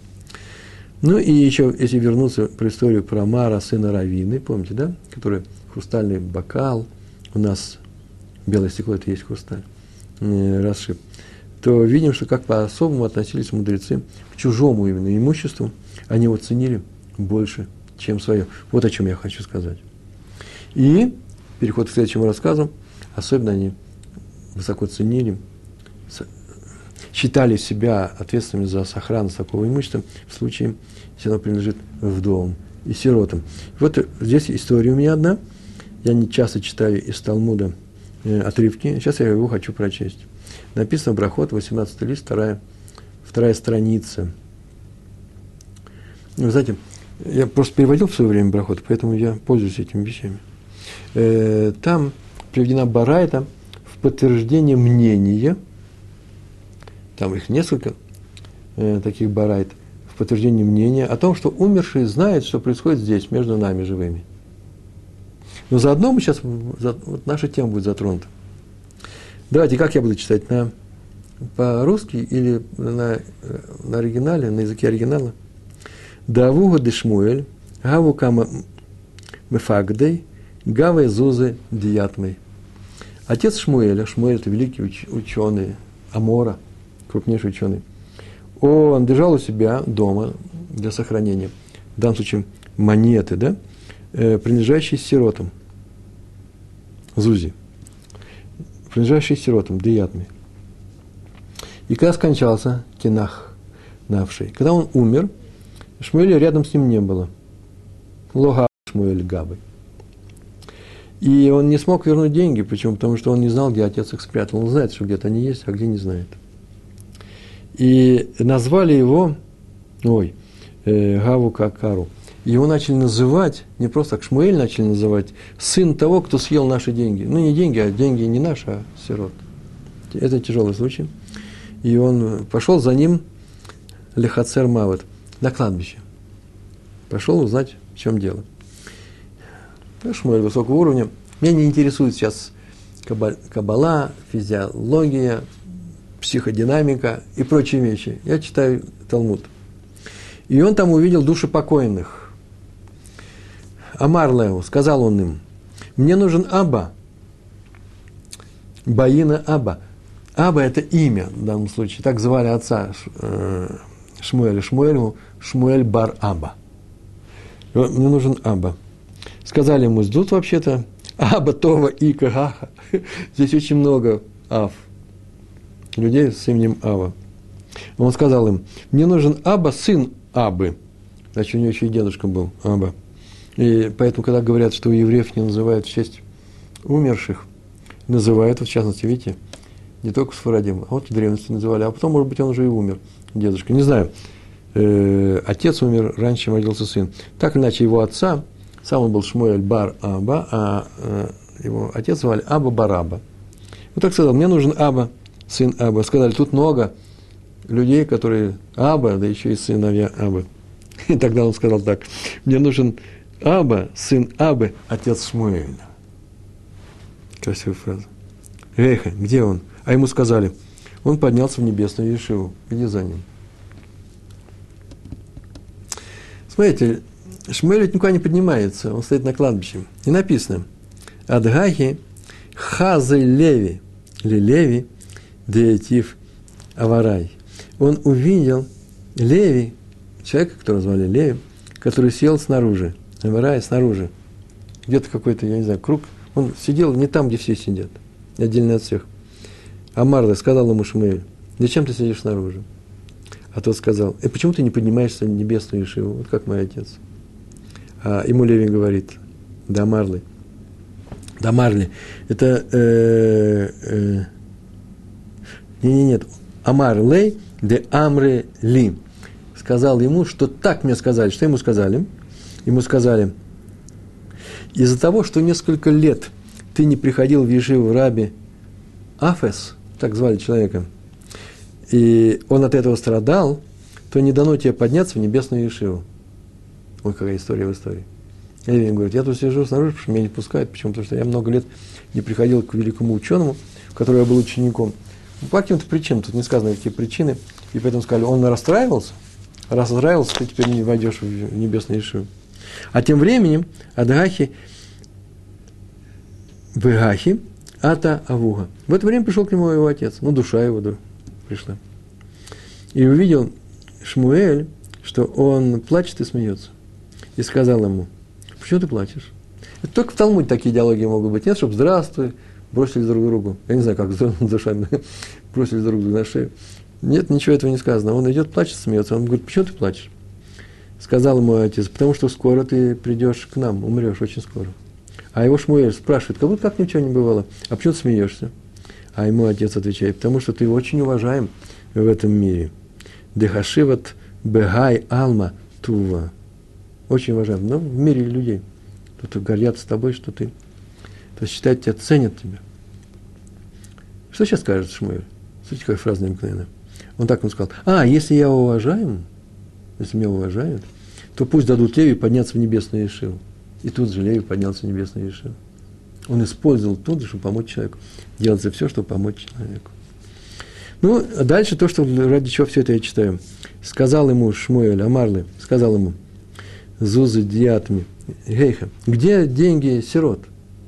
Ну и еще, если вернуться про историю про Мара, сына Равины, помните, да, который хрустальный бокал, у нас белое стекло, это и есть хрусталь, э, расшиб, то видим, что как по-особому относились мудрецы к чужому именно имуществу, они его ценили больше, чем свое. Вот о чем я хочу сказать. И переход к следующему рассказу, особенно они высоко ценили, считали себя ответственными за сохранность такого имущества в случае, если оно принадлежит вдовам и сиротам. Вот здесь история у меня одна. Я не часто читаю из Талмуда э, отрывки. Сейчас я его хочу прочесть. Написано Брахот, восемнадцатый лист, вторая, вторая страница. Вы знаете, я просто переводил в свое время Брахот, поэтому я пользуюсь этими вещами. Э, там приведена барайта в подтверждение мнения. Там их несколько э, таких барайт в подтверждение мнения о том, что умерший знает, что происходит здесь, между нами живыми. Но заодно мы сейчас, вот наша тема будет затронута. Давайте, как я буду читать, на, по-русски или на, на оригинале, на языке оригинала? Давуга де Шмуэль, гаву кама мефагдей, гаве зузы диятмей. Отец Шмуэля, Шмуэль – это великий уч, ученый, Амора, крупнейший ученый, он держал у себя дома для сохранения, в данном случае монеты, да, принадлежащие сиротам, зузи, принадлежащие сиротам, деятми. И когда скончался Кинах Навший, когда он умер, Шмуэля рядом с ним не было. Лога Шмуэль Габы. И он не смог вернуть деньги, почему? Потому что он не знал, где отец их спрятал. Он знает, что где-то они есть, а где не знает. И назвали его, ой, э, Гаву Какару. Его начали называть, не просто так, Шмуэль начали называть, сын того, кто съел наши деньги. Ну, не деньги, а деньги не наши, а сирот. Это тяжелый случай. И он пошел за ним Лехацер Мавет, на кладбище. Пошел узнать, в чем дело. Шмуэль высокого уровня. Меня не интересует сейчас каббала, физиология, психодинамика и прочие вещи. Я читаю Талмуд. И он там увидел души покойных. Амар Лео, сказал он им, мне нужен Аба, Баина Аба. Аба – это имя в данном случае. Так звали отца Шмуэля. Шмуэлю Шмуэль бар Аба. Мне нужен Аба. Сказали ему, тут вообще-то Аба, Това и Кагаха. Здесь очень много Ав. Людей с именем Ава. Он сказал им, мне нужен Аба, сын Абы. Значит, у него еще и дедушка был, Аба. И поэтому, когда говорят, что у евреев не называют в честь умерших, называют, в частности, видите, не только Сфарадим, а вот в древности называли, а потом, может быть, он уже и умер, дедушка. Не знаю, э, отец умер раньше, чем родился сын. Так или иначе, его отца, сам он был Шмуэль бар Аба, а э, его отец звали Аба Бараба. Вот так сказал, мне нужен Аба, сын Аба. Сказали, тут много людей, которые Аба, да еще и сыновья Абы. И тогда он сказал так, мне нужен Аба, сын Абы, отец Шмуэля. Красивая фраза. Эйха, где он? А ему сказали, он поднялся в небесную Ешиву. Иди за ним. Смотрите, Шмуэль ведь никуда не поднимается, он стоит на кладбище. И написано, Адгахи Хазы Леви, или Леви, Деятив Аварай. Он увидел Леви, человека, которого звали Леви, который сел снаружи, Аварай снаружи. Где-то какой-то, я не знаю, круг. Он сидел не там, где все сидят, отдельно от всех. Амар сказал ему Шмуэль, зачем ты сидишь снаружи? А тот сказал, и почему ты не поднимаешься в небесную Ешиву, вот как мой отец? А ему Леви говорит, да Марли, да Марли, это, э, э, не, не, нет, Амар Лей, де Амре Ли, сказал ему, что так мне сказали, что ему сказали? Ему сказали, из-за того, что несколько лет ты не приходил в Ешиву Раби Афес, так звали человека, и он от этого страдал, то не дано тебе подняться в небесную Ешиву. Ой, какая история в истории. Левин говорит, я тут сижу снаружи, потому что меня не пускают. Почему? Потому что я много лет не приходил к великому ученому, в которого я был учеником. По каким-то причинам, тут не сказано, какие причины. И поэтому сказали, он расстраивался. Раз расстраивался, ты теперь не войдешь в небесную Ешиву. А тем временем Адгахи Вегахи Ата Авуга. В это время пришел к нему его отец. Ну, душа его да, пришла. И увидел Шмуэль, что он плачет и смеется. И сказал ему, почему ты плачешь? Это только в Талмуде такие диалоги могут быть. Нет, чтобы здравствуй, бросились друг к другу. Я не знаю, как душами бросились друг другу на шею. Нет, ничего этого не сказано. Он идет, плачет, смеется. Он говорит, почему ты плачешь? Сказал ему отец, потому что скоро ты придешь к нам, умрешь очень скоро. А его Шмуэль спрашивает, как будто как ничего не бывало, а почему ты смеешься? А ему отец отвечает, потому что ты очень уважаем в этом мире. Дехашиват бегай алма тува. Очень уважаем, но в мире людей. Кто-то гордятся тобой, что ты, то считают тебя, ценят тебя. Что сейчас скажет Шмуэль? Смотрите, какая фраза необыкновенная. Он так ему сказал, а, если я уважаем, если меня уважают, то пусть дадут Леви подняться в небесную Ешиву. И тут же Леви поднялся в небесную Ешиву. Он использовал тут же, чтобы помочь человеку. Делается все, чтобы помочь человеку. Ну, а дальше то, что ради чего все это я читаю. Сказал ему Шмуэль, Амарлы, сказал ему, Зузы диатми, гейха, где деньги сирот?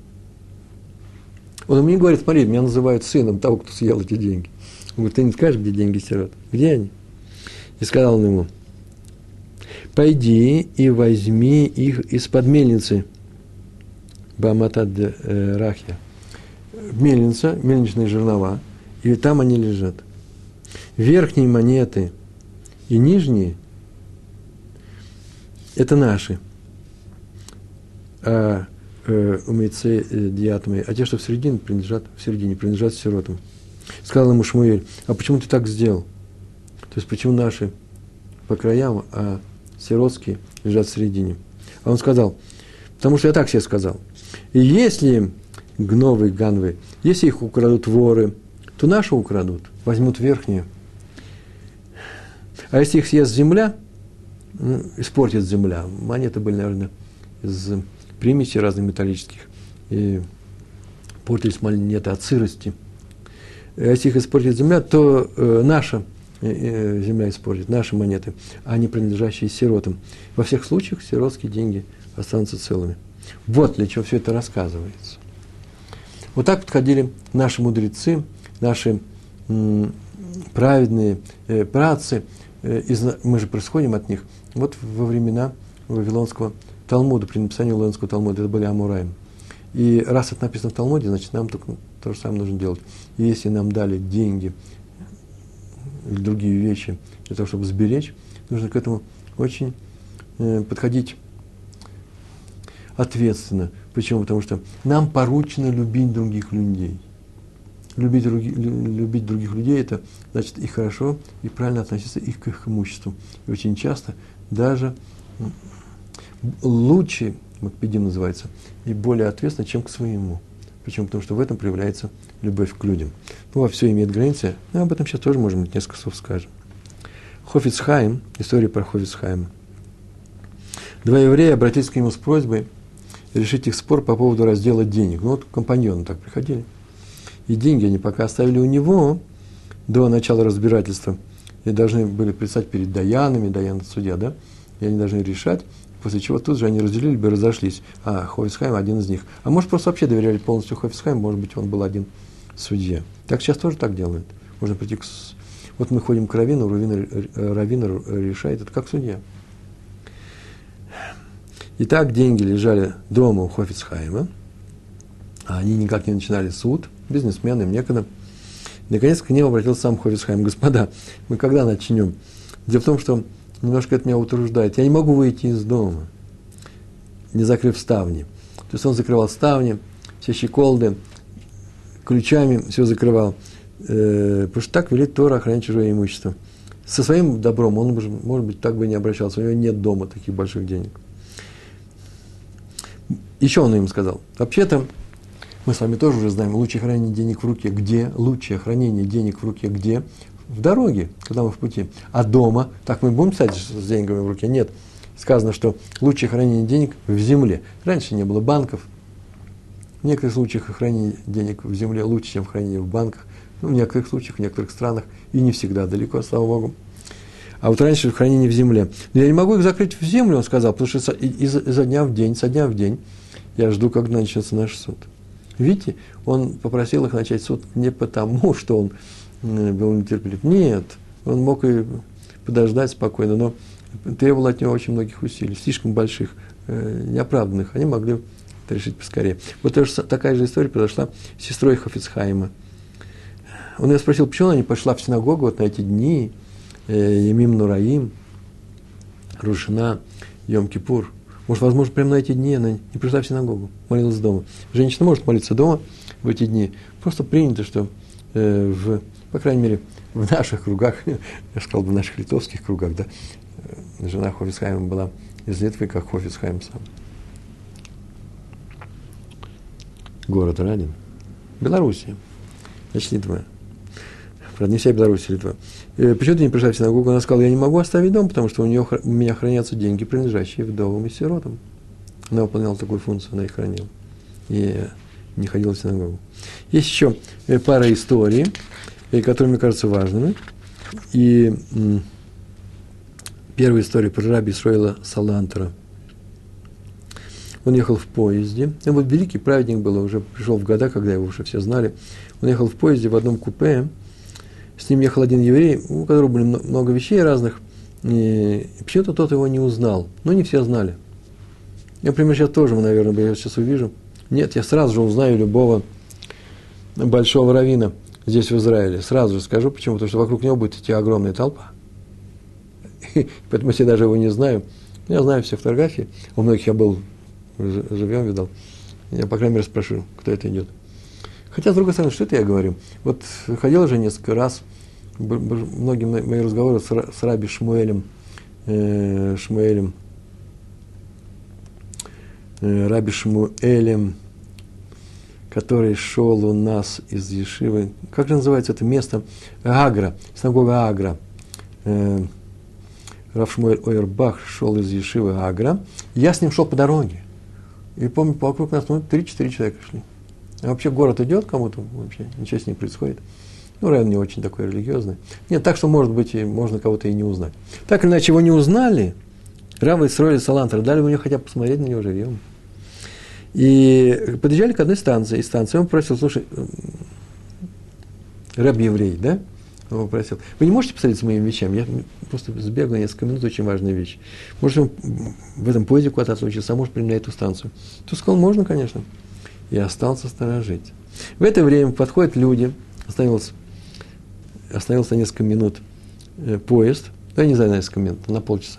Он ему не говорит, смотри, меня называют сыном того, кто съел эти деньги. Он говорит, ты не скажешь, где деньги сирот? Где они? И сказал он ему: пойди и возьми их из-под мельницы Бааматад Рахья. Мельница, мельничные жернова, и там они лежат. Верхние монеты и нижние – это наши. А умейцы диатомы, а те, что в середине принадлежат, в середине принадлежат сиротам. Сказал ему Шмуэль: а почему ты так сделал? То есть, почему наши по краям, а сиротские лежат в середине? А он сказал: потому что я так себе сказал. И если гновы, ганвы, если их украдут воры, то наши украдут, возьмут верхние. А если их съест земля, ну, испортит земля. Монеты были, наверное, из примесей разных металлических, и портились монеты от сырости. А если их испортит земля, то э, наша э, земля испортит, наши монеты, а не принадлежащие сиротам. Во всех случаях сиротские деньги останутся целыми. Вот для чего все это рассказывается. Вот так подходили наши мудрецы, наши м, праведные э, праотцы. Э, из, мы же происходим от них. Вот во времена Вавилонского Талмуда, при написании Вавилонского Талмуда, это были Амураим. И раз это написано в Талмуде, значит, нам только то же самое нужно делать. И если нам дали деньги или другие вещи для того, чтобы сберечь, нужно к этому очень э, подходить ответственно. Почему? Потому что нам поручено любить других людей. Любить, други, любить других людей – это значит и хорошо, и правильно относиться их к их имуществу. И очень часто даже лучше, макпедим называется, и более ответственно, чем к своему. Почему? Потому что в этом проявляется любовь к людям. Ну, во все имеет границы, но об этом сейчас тоже, может быть, несколько слов скажем. Хофец Хаим, история про Хофец Хаима. Два еврея обратились к нему с просьбой решить их спор по поводу раздела денег. Ну, вот компаньоны так приходили. И деньги они пока оставили у него до начала разбирательства. И должны были предстать перед даянами, даян – судья, да? И они должны решать, после чего тут же они разделили бы и разошлись. А Хофец Хаим один из них. А может, просто вообще доверяли полностью Хофец Хаиму, может быть, он был один судья. Так сейчас тоже так делают. Можно прийти к... Вот мы ходим к раввину, раввин, раввин решает, это как судья. Итак, деньги лежали дома у Хофец Хаима, а они никак не начинали суд, бизнесмены, им некогда. Наконец к нему обратился сам Хофец Хаим: господа, мы когда начнем? Дело в том, что немножко это меня утруждает. Я не могу выйти из дома, не закрыв ставни. То есть он закрывал ставни, все щеколды, ключами все закрывал. Э, потому что так велит Тора охранять чужое имущество. Со своим добром он, может быть, так бы и не обращался. У него нет дома таких больших денег. Еще он им сказал: вообще-то, мы с вами тоже уже знаем, лучшее хранение денег в руке где? Лучшее хранение денег в руке где? В дороге, когда мы в пути. А дома, так мы будем писать с деньгами в руке? Нет. Сказано, что лучшее хранение денег в земле. Раньше не было банков. В некоторых случаях хранение денег в земле лучше, чем хранение в банках. Ну, в некоторых случаях, в некоторых странах. И не всегда далеко, слава Богу. А вот раньше хранение в земле. Но я не могу их закрыть в землю, он сказал, потому что изо, изо дня в день, со дня в день я жду, когда начнется наш суд. Видите, он попросил их начать суд не потому, что он был нетерпелив. Нет, он мог и подождать спокойно, но требовал от него очень многих усилий, слишком больших, э, неоправданных. Они могли это решить поскорее. Вот такая же история произошла с сестрой Хофец Хаима. Он ее спросил, почему она не пошла в синагогу вот на эти дни, э, Ямим Нураим, Рушана, Йом-Кипур. Может, возможно, прямо на эти дни она не пришла в синагогу, молилась дома. Женщина может молиться дома в эти дни. Просто принято, что э, в, по крайней мере, в наших кругах, я сказал бы, в наших литовских кругах, да, жена Хофец Хаима была из Литвы, как Хофец Хаим сам. Город Радин. Белоруссия. Значит, Литва. Правда, не вся Белоруссия, Литва. И почему ты не пришла в синагогу? Она сказала, я не могу оставить дом, потому что у, нее, у меня хранятся деньги, принадлежащие вдовам и сиротам. Она выполняла такую функцию, она их хранила. И не ходила в синагогу. Есть еще пара историй, которые мне кажутся важными. И м, первая история про раби Исроэля Салантера. Он ехал в поезде. Он был великий праведник был, уже пришел в года, когда его уже все знали. Он ехал в поезде в одном купе. С ним ехал один еврей, у которого были много вещей разных. И почему-то тот его не узнал. Но не все знали. Я, например, сейчас тоже, наверное, я сейчас увижу. Нет, я сразу же узнаю любого большого раввина здесь, в Израиле. Сразу же скажу, почему. Потому что вокруг него будет идти огромная толпа. И поэтому я даже его не знаю. Я знаю все фотографии. У многих я был живем, видал. Я, по крайней мере, спрошу, кто это идет. Хотя, с другой стороны, что это я говорю? Вот ходил уже несколько раз, многие мои разговоры с, с Раби Шмуэлем, э, Шмуэлем, э, Раби Шмуэлем, который шел у нас из Ешивы. Как же называется это место? Агра, синагога Агра. Э, Рав Шмуэль Ойербах шел из Ешивы Агра. Я с ним шел по дороге. И помню, вокруг нас ну, три-четыре человека шли. А вообще город идет кому-то, вообще ничего с ним не происходит. Ну, район не очень такой религиозный. Нет, так что, может быть, и можно кого-то и не узнать. Так или иначе, его не узнали. Рава Исроэль Салантер дали ему хотя бы посмотреть на него живьем. И подъезжали к одной станции. И станции он попросил, слушай, раб-еврей, да? Он попросил, вы не можете посмотреть с моими вещами? Я просто сбегал несколько минут, очень важная вещь. Может, он в этом поезде куда-то отлучился, а может, прямо на эту станцию. Тут сказал, можно, конечно. И остался сторожить. В это время подходят люди, остановился, остановился на несколько минут э, поезд, да, я не знаю, на несколько минут, на полчаса.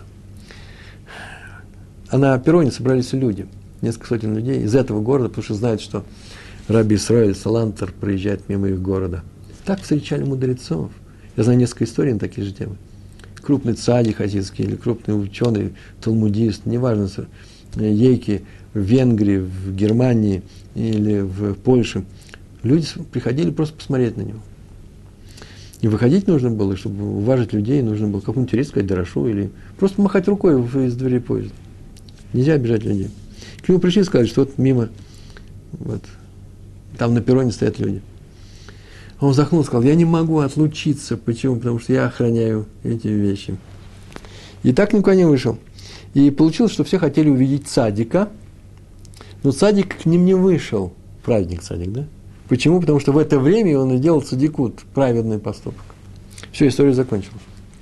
А на перроне собрались люди, несколько сотен людей из этого города, потому что знают, что Раби Исроэль Салантер проезжает мимо их города. Так встречали мудрецов. Я знаю несколько историй на такие же темы. Крупный цадик хасидский или крупный ученый, талмудист, неважно, ейки в Венгрии, в Германии или в Польше. Люди приходили просто посмотреть на него. И выходить нужно было, чтобы уважить людей, нужно было какую-нибудь речь сказать, дорошу, или просто махать рукой из дверей поезда. Нельзя обижать людей. К нему пришли и сказали, что вот мимо, вот, там на перроне стоят люди. Он вздохнул и сказал, я не могу отлучиться. Почему? Потому что я охраняю эти вещи. И так никуда не вышел. И получилось, что все хотели увидеть цадика, но цадик к ним не вышел. Праведник цадик, да? Почему? Потому что в это время он сделал цадикут, праведный поступок. Все, история закончилась.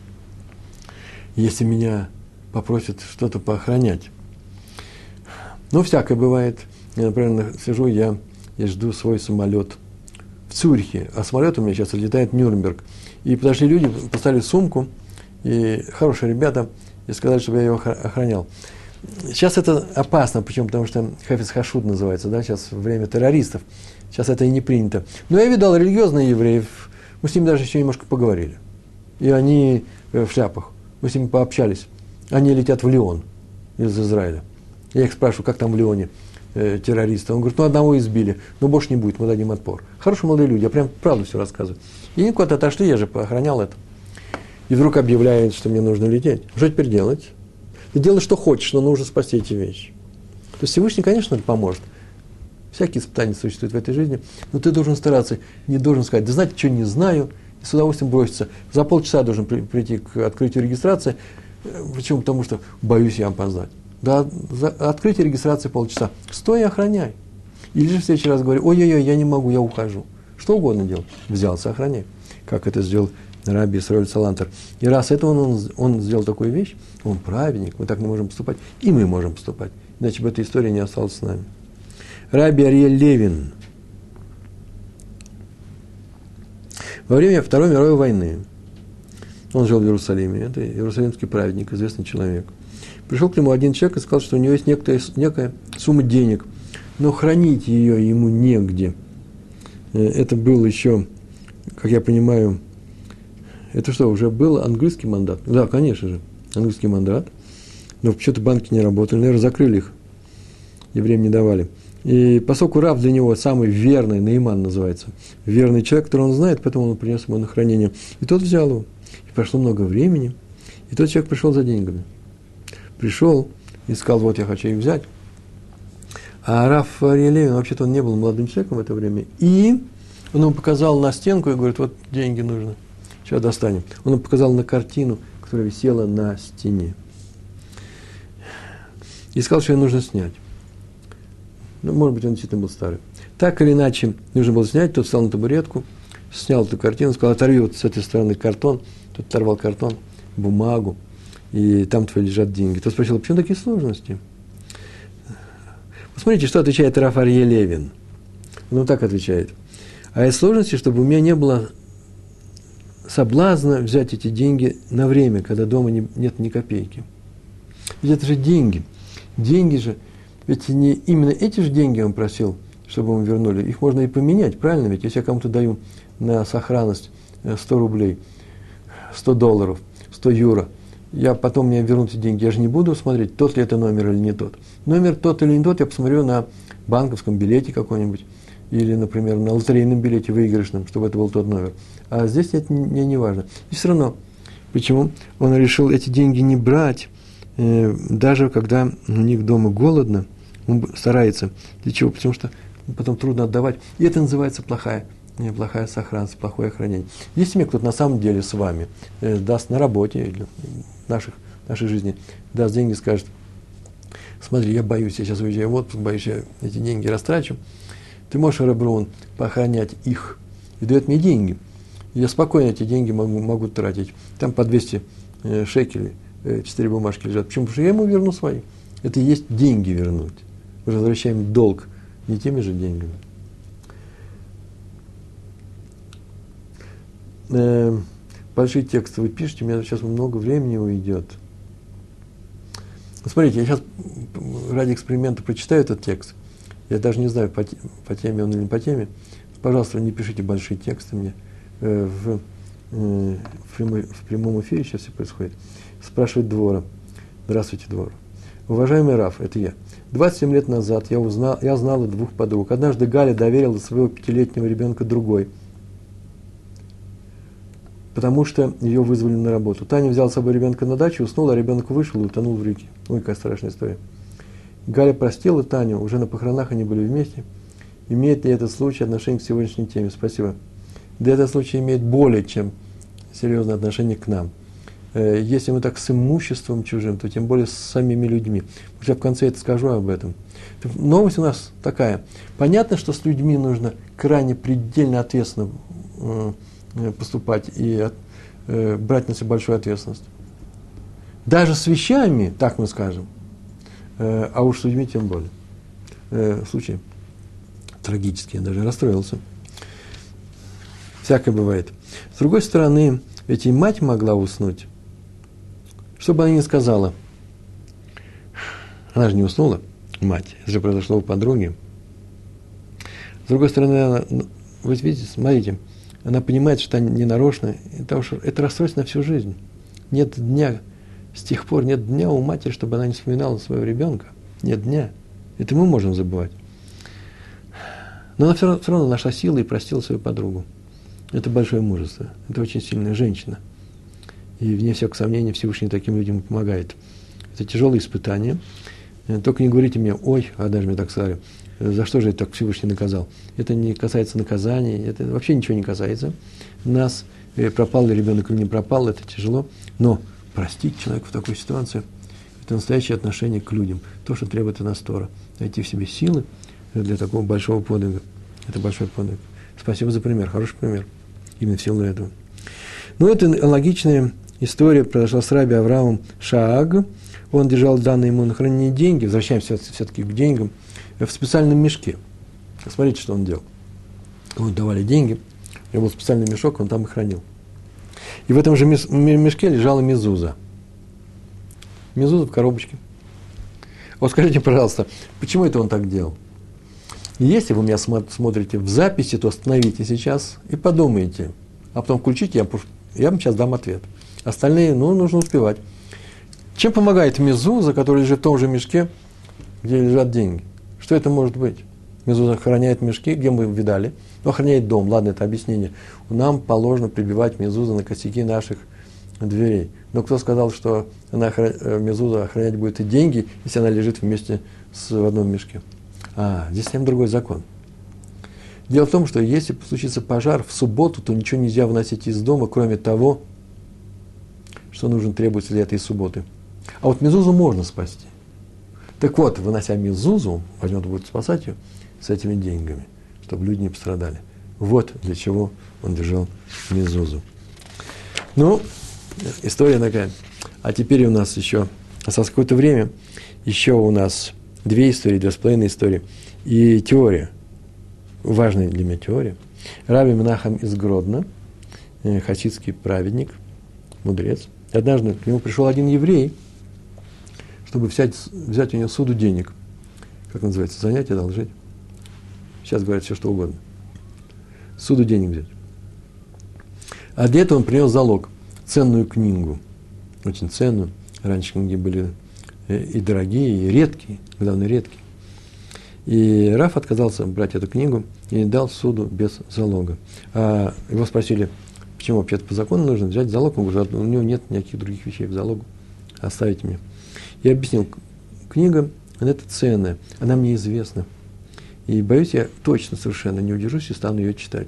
Если меня попросят что-то поохранять. Ну, всякое бывает. Я, например, сижу, я, я жду свой самолет в Цюрихе, а самолет у меня сейчас летает в Нюрнберг. И подошли люди, поставили сумку, и хорошие ребята, и сказали, чтобы я ее охранял. Сейчас это опасно, почему? Потому что хафец хашуд называется, да, сейчас время террористов. Сейчас это и не принято. Но я видал религиозных евреев, мы с ними даже еще немножко поговорили. И они в шляпах, мы с ними пообщались. Они летят в Лион из Израиля. Я их спрашиваю, как там в Лионе э, террористы. Он говорит, ну одного избили, но больше не будет, мы дадим отпор. Хорошие молодые люди, я прям правду все рассказываю. И они куда-то отошли, я же охранял это. И вдруг объявляют, что мне нужно лететь. Что теперь делать? Ты делай, что хочешь, но нужно спасти эти вещи. То есть Всевышний, конечно, поможет. Всякие испытания существуют в этой жизни, но ты должен стараться, не должен сказать, да знаете, что не знаю, и с удовольствием броситься. За полчаса должен при, прийти к открытию регистрации. Почему? Потому что боюсь я опоздать. Да, за открытие регистрации полчаса. Стой и охраняй. Или же в следующий раз говорю, ой-ой-ой, я не могу, я ухожу. Что угодно делай. Взялся, охраняй. Как это сделал Раби Исроэль Салантер. И раз это он, он, он сделал такую вещь, он праведник, мы так не можем поступать, и мы можем поступать. Иначе бы эта история не осталась с нами. Раби Ариэль Левин. Во время Второй мировой войны, он жил в Иерусалиме, это иерусалимский праведник, известный человек. Пришел к нему один человек и сказал, что у него есть некая, некая сумма денег, но хранить ее ему негде. Это был еще, как я понимаю, это что, уже был английский мандат? Да, конечно же, английский мандат. Но почему-то банки не работали, наверное, закрыли их. Евреям не давали. И поскольку рав для него самый верный, Наиман называется, верный человек, который он знает, поэтому он принес ему на хранение. И тот взял его. И прошло много времени, и тот человек пришел за деньгами. Пришел и сказал, вот я хочу их взять. А рав Ариэль Левин, вообще-то он не был молодым человеком в это время. И он ему показал на стенку и говорит, вот деньги нужны. Сейчас достанем. Он ему показал на картину, которая висела на стене. И сказал, что ее нужно снять. Ну, может быть, он действительно был старый. Так или иначе, нужно было снять. Тот встал на табуретку, снял эту картину, сказал, оторви вот с этой стороны картон. Тот оторвал картон, бумагу. и там твои лежат деньги. Тот спросил, почему такие сложности? Посмотрите, что отвечает Раф Арье Левин. Он так отвечает. А из сложности, чтобы у меня не было соблазна взять эти деньги на время, когда дома не, нет ни копейки. Ведь это же деньги. Деньги же, ведь не именно эти же деньги он просил, чтобы ему вернули. Их можно и поменять, правильно? Ведь если я кому-то даю на сохранность сто рублей, сто долларов, сто евро, я потом мне вернут эти деньги, я же не буду смотреть, тот ли это номер или не тот. Номер тот или не тот я посмотрю на банковском билете какой-нибудь, или, например, на лотерейном билете выигрышном, чтобы это был тот номер. А здесь это мне не важно. И все равно, почему он решил эти деньги не брать, э, даже когда у них дома голодно, он старается. Для чего? Потому что потом трудно отдавать. И это называется плохая, плохая сохранность, плохое хранение. Если мне кто-то на самом деле с вами э, даст на работе или в наших, нашей жизни, даст деньги, скажет, смотри, я боюсь, я сейчас уезжаю в отпуск, боюсь, я эти деньги растрачу, ты можешь, Реброн, похоронять их, и дает мне деньги. Я спокойно эти деньги могу, могу тратить. Там по двести э, шекелей, э, четыре бумажки лежат. Почему? Потому что я ему верну свои. Это и есть деньги вернуть. Мы возвращаем долг не теми же деньгами. Э, большие тексты вы пишете, у меня сейчас много времени уйдет. Смотрите, я сейчас ради эксперимента прочитаю этот текст. Я даже не знаю, по, по теме он или не по теме. Пожалуйста, не пишите большие тексты мне. Э, в, э, в, прямой, в прямом эфире сейчас все происходит. Спрашивает Двора. Здравствуйте, Двора. Уважаемый Раф, это я. двадцать семь лет назад я, узнал, я знала двух подруг. Однажды Галя доверила своего пятилетнего ребенка другой, потому что ее вызвали на работу. Таня взяла с собой ребенка на дачу, уснула, а ребенок вышел и утонул в реке. Ой, какая страшная история. Галя простила Таню, уже на похоронах они были вместе. Имеет ли этот случай отношение к сегодняшней теме? Спасибо. Да, этот случай имеет более чем серьезное отношение к нам. Если мы так с имуществом чужим, то тем более с самими людьми. Я в конце это скажу об этом. Новость у нас такая. Понятно, что с людьми нужно крайне предельно ответственно поступать и брать на себя большую ответственность. Даже с вещами, так мы скажем, а уж с людьми тем более. Случай трагический, я даже расстроился. Всякое бывает. С другой стороны, ведь и мать могла уснуть. Что бы она ни сказала, она же не уснула, мать, это же произошло у подруги. С другой стороны, она, вы видите, смотрите, она понимает, что это не нарочно, это, уж, это расстройство на всю жизнь. Нет дня, с тех пор нет дня у матери, чтобы она не вспоминала своего ребенка. Нет дня. Это мы можем забывать. Но она все равно, все равно нашла силы и простила свою подругу. Это большое мужество. Это очень сильная женщина. И вне всякого сомнения Всевышний таким людям помогает. Это тяжелые испытания. Только не говорите мне, ой, а даже мне так сказали, за что же это так Всевышний наказал? Это не касается наказаний, это вообще ничего не касается. Нас, пропал ли ребенок или не пропал, это тяжело. Но простить человека в такой ситуации – это настоящее отношение к людям. То, что требует от нас Тора. Найти в себе силы для такого большого подвига. Это большой подвиг. Спасибо за пример, хороший пример. Именно в силу этого. Ну, это аналогичная история произошла с раби Авраамом Шааг. Он держал данные ему на хранение деньги, возвращаемся все-таки к деньгам, в специальном мешке. Смотрите, что он делал. Ему давали деньги, у него был специальный мешок, он там их хранил. И в этом же мешке лежала мезуза. Мезуза в коробочке. Вот скажите, пожалуйста, почему это он так делал? Если вы меня смотрите в записи, то остановите сейчас и подумайте. А потом включите, я, я вам сейчас дам ответ. Остальные, ну, нужно успевать. Чем помогает мезуза, которая лежит в том же мешке, где лежат деньги? Что это может быть? Мезуза охраняет мешки, где мы видали, но охраняет дом. Ладно, это объяснение. Нам положено прибивать мезузу на косяки наших дверей. Но кто сказал, что она, мезуза охранять будет и деньги, если она лежит вместе с, в одном мешке? А, здесь совсем другой закон. Дело в том, что если случится пожар в субботу, то ничего нельзя выносить из дома, кроме того, что нужно, требуется для этой субботы. А вот мезузу можно спасти. Так вот, вынося мезузу, возьмет, будет спасать ее с этими деньгами, чтобы люди не пострадали. Вот для чего он держал мезузу. Ну, история такая. А теперь у нас еще, осталось какое-то время, еще у нас две истории, две с половиной истории. И теория, важная для меня теория. Раби Менахем из Гродно, хасидский праведник, мудрец. Однажды к нему пришел один еврей, чтобы взять, взять у него суду денег. Как называется? Занять, одолжить. Сейчас говорят все, что угодно. Суду денег взять. А для этого он принес залог. Ценную книгу. Очень ценную. Раньше книги были и дорогие, и редкие. Главное, редкие. И Раф отказался брать эту книгу и дал суду без залога. А его спросили, почему вообще-то по закону нужно взять залог. Он говорит, у него нет никаких других вещей в залогу. Оставите мне. Я объяснил, книга, она это ценная, она мне известна. И боюсь, я точно совершенно не удержусь и стану ее читать.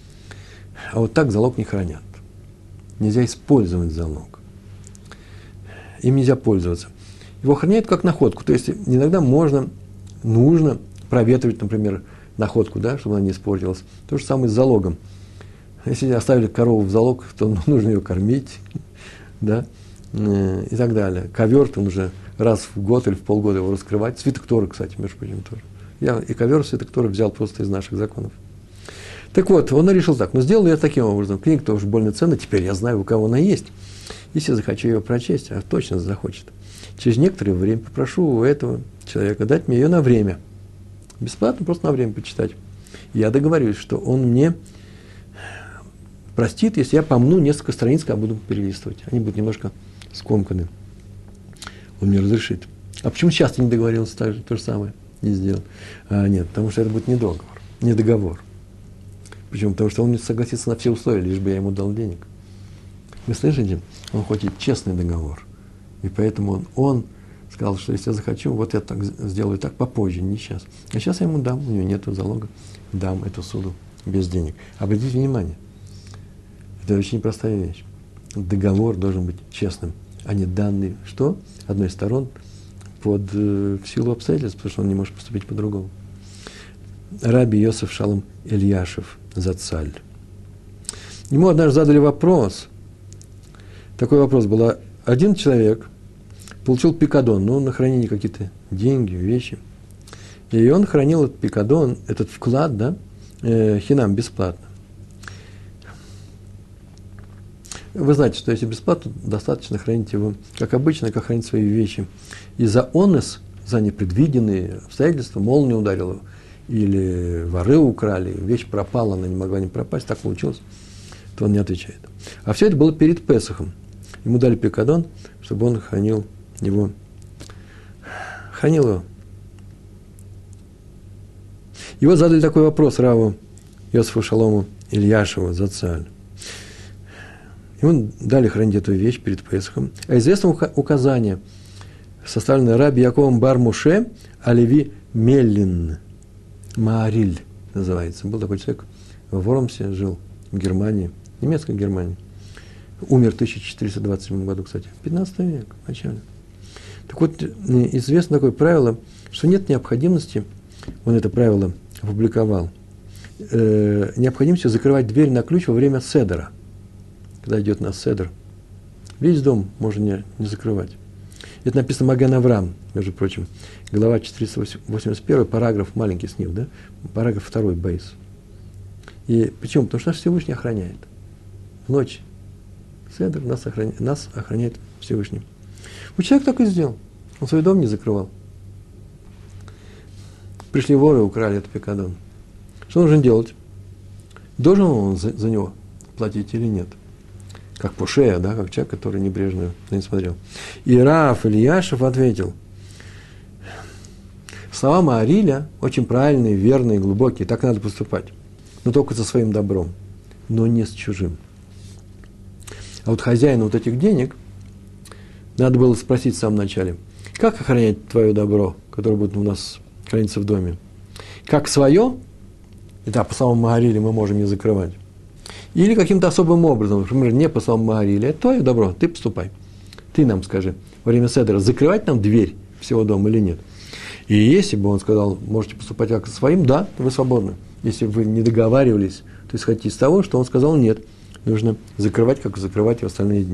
А вот так залог не хранят. Нельзя использовать залог. Им нельзя пользоваться. Его храняют как находку. То есть иногда можно, нужно проветривать, например, находку, да, чтобы она не испортилась. То же самое с залогом. Если оставили корову в залог, то нужно ее кормить, да, и так далее. Ковер, то нужно раз в год или в полгода его раскрывать. Свиток Торы, кстати, между прочим, тоже. Я и ковер, свиток Торы взял просто из наших законов. Так вот, он решил так. Но сделал я таким образом. Книга тоже больно ценна. Теперь я знаю, у кого она есть. Если захочу ее прочесть, а точно захочет. Через некоторое время попрошу у этого человека дать мне ее на время. Бесплатно, просто на время почитать. Я договорюсь, что он мне простит, если я помну несколько страниц, когда буду перелистывать. Они будут немножко скомканы. Он мне разрешит. А почему сейчас ты не договорился так же, то же самое? Не сделал. А, нет, потому что это будет не договор. Не договор. Почему? Потому что он не согласится на все условия, лишь бы я ему дал денег. Вы слышите? Он хочет честный договор. И поэтому он, он сказал, что если я захочу, вот я так сделаю так попозже, не сейчас. А сейчас я ему дам, у него нет залога, дам эту суду без денег. Обратите внимание, это очень непростая вещь. Договор должен быть честным, а не данный, что? Одной из сторон под, э, в силу обстоятельств, потому что он не может поступить по-другому. Раби Йосеф Шалом Ильяшев Зацаль. Ему однажды задали вопрос. Такой вопрос был. Один человек получил пикадон, ну, на хранение какие-то деньги, вещи. И он хранил этот пикадон, этот вклад, да, э, хинам, бесплатно. Вы знаете, что если бесплатно, достаточно хранить его, как обычно, как хранить свои вещи. И за онес, за непредвиденные обстоятельства, молния ударила, или воры украли, вещь пропала, она не могла не пропасть, так получилось, то он не отвечает. А все это было перед Песахом. Ему дали пикадон, чтобы он хранил его. Хранил его. Его задали такой вопрос Раву Йосефу Шалому Ильяшеву Зацаль. Ему дали хранить эту вещь перед Песахом. А известно указание, составленное Раби Яковом бар Муше Алеви Меллин. Маариль называется. Был такой человек в Вормсе, жил в Германии, немецкой Германии. Умер в тысяча четыреста двадцать седьмом году, кстати, в пятнадцатом веке, в начале. Так вот, известно такое правило, что нет необходимости, он это правило опубликовал, э, необходимости закрывать дверь на ключ во время седера. Когда идет на седер, весь дом можно не, не закрывать. Это написано Маген Авраам, между прочим, глава четыреста восемьдесят один, параграф, маленький снив, да? Параграф два, бейс. И почему? Потому что наш Всевышний охраняет. В ночь седер нас охраняет, нас охраняет Всевышний. Вот человек так и сделал. Он свой дом не закрывал. Пришли воры и украли этот пикадон. Что нужно делать? Должен он за, за него платить или нет? Как Пушея, да, как человек, который небрежно на него смотрел. И Рав Ильяшев ответил. Слова Маариля очень правильные, верные, глубокие. Так надо поступать. Но только со своим добром. Но не с чужим. А вот хозяину вот этих денег надо было спросить в самом начале. Как охранять твое добро, которое будет у нас храниться в доме? Как свое? Это по словам Маариле мы можем не закрывать. Или каким-то особым образом, например, не по словам Маариле, это твое добро, ты поступай. Ты нам скажи, во время седера закрывать нам дверь всего дома или нет? И если бы он сказал, можете поступать как со своим, да, вы свободны. Если вы не договаривались, то исходите из того, что он сказал нет. Нужно закрывать, как закрывать в остальные дни.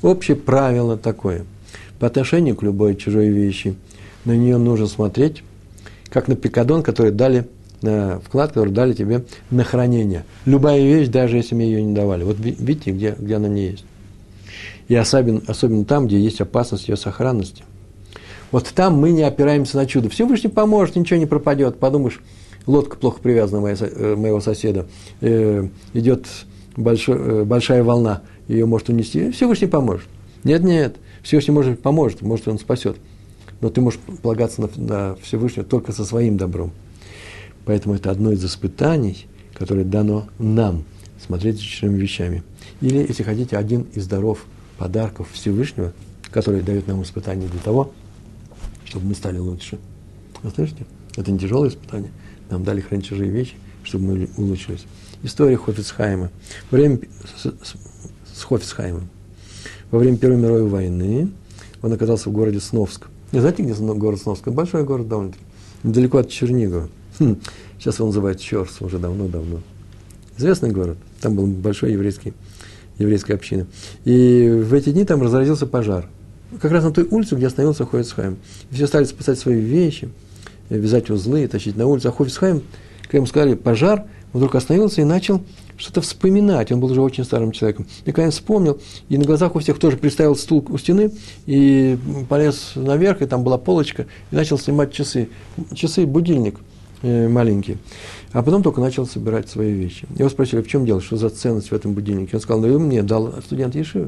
Общее правило такое. По отношению к любой чужой вещи на нее нужно смотреть, как на пикадон, который дали, на вклад, который дали тебе на хранение. Любая вещь, даже если мне ее не давали. Вот видите, где, где она мне есть. И особенно, особенно там, где есть опасность ее сохранности. Вот там мы не опираемся на чудо. Всевышний поможет, ничего не пропадет. Подумаешь, лодка плохо привязана моя, моего соседа, э, идет большой, большая волна, ее может унести. Всевышний поможет. Нет, нет, Всевышний может поможет, может он спасет. Но ты можешь полагаться на, на Всевышнего только со своим добром. Поэтому это одно из испытаний, которое дано нам, смотреть за чужими вещами. Или, если хотите, один из даров, подарков Всевышнего, который дает нам испытание для того, чтобы мы стали лучше. Вы слышите? Это не тяжелое испытание. Нам дали хранить чужие вещи, чтобы мы улучшились. История Хофец Хаима. Во время с, с, с Хофец Хаимом. Во время Первой мировой войны он оказался в городе Сновск. Не знаете, где город Сновск? Большой город довольно-таки. Недалеко от Чернигова. Хм. Сейчас он называется Чорс, уже давно-давно. Известный город. Там был большой еврейский, еврейская община. И в эти дни там разразился пожар. Как раз на той улице, где остановился Хофец Хаим. Все стали спасать свои вещи, вязать узлы, тащить на улицу. А Хофец Хаим, когда ему сказали пожар, он вдруг остановился и начал что-то вспоминать. Он был уже очень старым человеком. И когда он вспомнил, и на глазах у всех тоже приставил стул у стены, и полез наверх, и там была полочка, и начал снимать часы. Часы, будильник э, маленький. А потом только начал собирать свои вещи. Его спросили, в чем дело, что за ценность в этом будильнике? Он сказал, ну, мне дал студент Ешивы.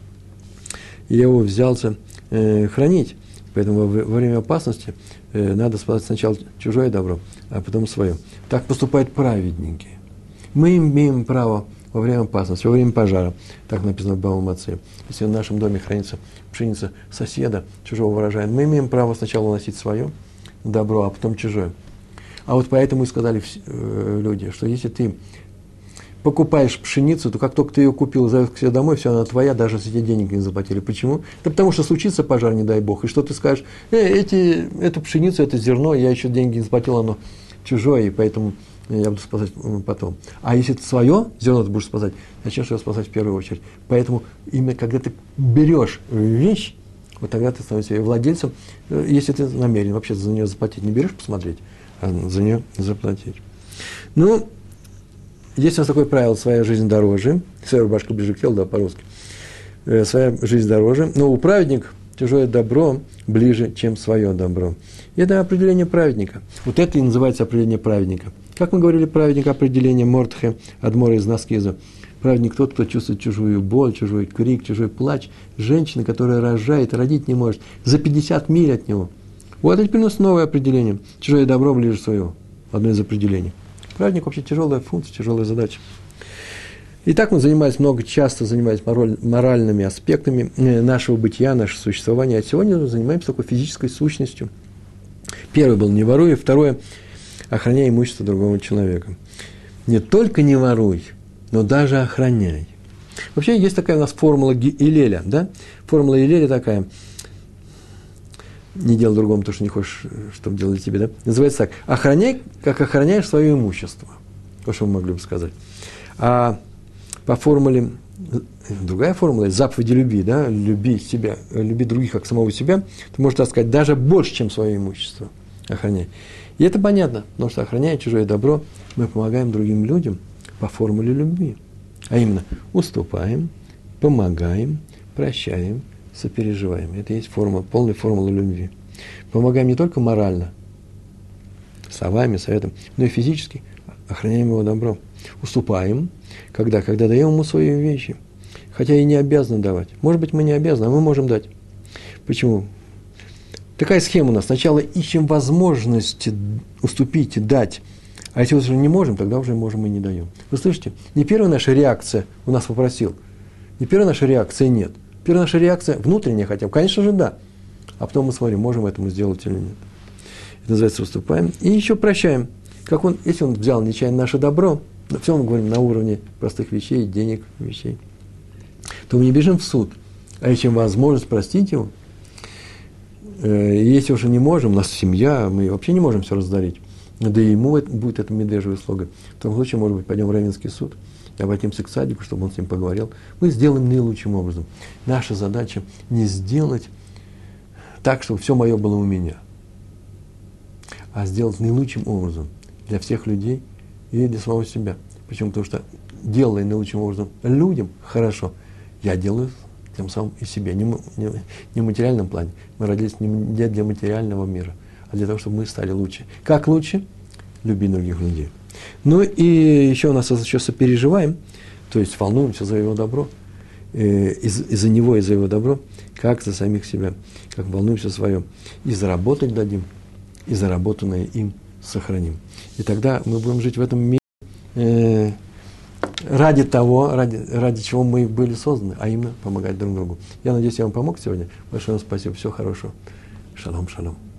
И я его взялся э, хранить. Поэтому во, во время опасности э, надо спасать сначала чужое добро, а потом свое. Так поступают праведники. Мы имеем право во время опасности, во время пожара, так написано в Бава Меция. Если в нашем доме хранится пшеница соседа, чужого урожая, мы имеем право сначала уносить свое добро, а потом чужое. А вот поэтому и сказали э, люди, что если ты покупаешь пшеницу, то как только ты ее купил, завез к себе домой, все, она твоя, даже если тебе денег не заплатили. Почему? Да потому что случится пожар, не дай бог, и что ты скажешь, э, эти, эту пшеницу, это зерно, я еще деньги не заплатил, оно чужое, и поэтому я буду спасать потом. А если это свое зерно ты будешь спасать, начнешь его спасать в первую очередь. Поэтому именно когда ты берешь вещь, вот тогда ты становишься владельцем, если ты намерен вообще за нее заплатить, не берешь посмотреть, а за нее заплатить. Ну, есть у нас такое правило, своя жизнь дороже, своя рубашка ближе к телу, да, по-русски, своя жизнь дороже, но у праведника чужое добро ближе, чем свое добро. И это определение праведника. Вот это и называется определение праведника. Как мы говорили, праведник определение Мордхе, Адмора из Наскиза. Праведник тот, кто чувствует чужую боль, чужой крик, чужой плач. Женщина, которая рожает, родить не может, за пятьдесят миль от него. Вот это теперь у нас новое определение. Чужое добро ближе своего. Одно из определений. Праведник вообще тяжелая функция, тяжелая задача. И так мы занимались много, часто занимались моральными аспектами нашего бытия, нашего существования. А сегодня мы занимаемся такой физической сущностью. Первый был «не воруй», второе – охраняй имущество другого человека. Не только не воруй, но даже охраняй. Вообще есть такая у нас формула Илеля, да? Формула Илеля такая. Не делай другому то, что не хочешь, чтобы делали тебе, да? Называется так. Охраняй, как охраняешь свое имущество. То, что мы могли бы сказать. А по формуле, другая формула, заповеди любви, да? Люби себя, люби других, как самого себя. Ты можешь так сказать, даже больше, чем свое имущество. Охраняй. И это понятно, потому что, охраняя чужое добро, мы помогаем другим людям по формуле любви. А именно, уступаем, помогаем, прощаем, сопереживаем. Это и есть формула, полная формула любви. Помогаем не только морально, словами, советом, но и физически, охраняем его добро. Уступаем, когда? Когда даем ему свои вещи. Хотя и не обязаны давать. Может быть, мы не обязаны, а мы можем дать. Почему? Такая схема у нас. Сначала ищем возможность уступить и дать. А если уже не можем, тогда уже можем и не даем. Вы слышите? Не первая наша реакция у нас попросил. Не первая наша реакция нет. Первая наша реакция внутренняя хотя бы. Конечно же, да. А потом мы смотрим, можем этому сделать или нет. Это называется уступаем. И еще прощаем. Как он, если он взял нечаянно наше добро, все мы говорим на уровне простых вещей, денег, вещей, то мы не бежим в суд. А если возможность простить его, если уже не можем, у нас семья, мы вообще не можем все раздарить, да и ему это, будет это медвежьей услугой. В том случае, может быть, пойдем в раввинский суд и обратимся к садику, чтобы он с ним поговорил. Мы сделаем наилучшим образом. Наша задача не сделать так, чтобы все мое было у меня, а сделать наилучшим образом для всех людей и для самого себя. Почему? Потому что, делая наилучшим образом людям хорошо, я делаю тем самым и себе. Не, не, не в материальном плане. Мы родились не для материального мира, а для того, чтобы мы стали лучше. Как лучше? Любить других людей. Ну и еще у нас еще сопереживаем, то есть волнуемся за его добро, э, из, из-за него и за его добро, как за самих себя, как волнуемся свое. И заработать дадим, и заработанное им сохраним. И тогда мы будем жить в этом мире э, ради того, ради, ради чего мы были созданы, а именно помогать друг другу. Я надеюсь, я вам помог сегодня. Большое вам спасибо. Всего хорошего. Шалом, шалом.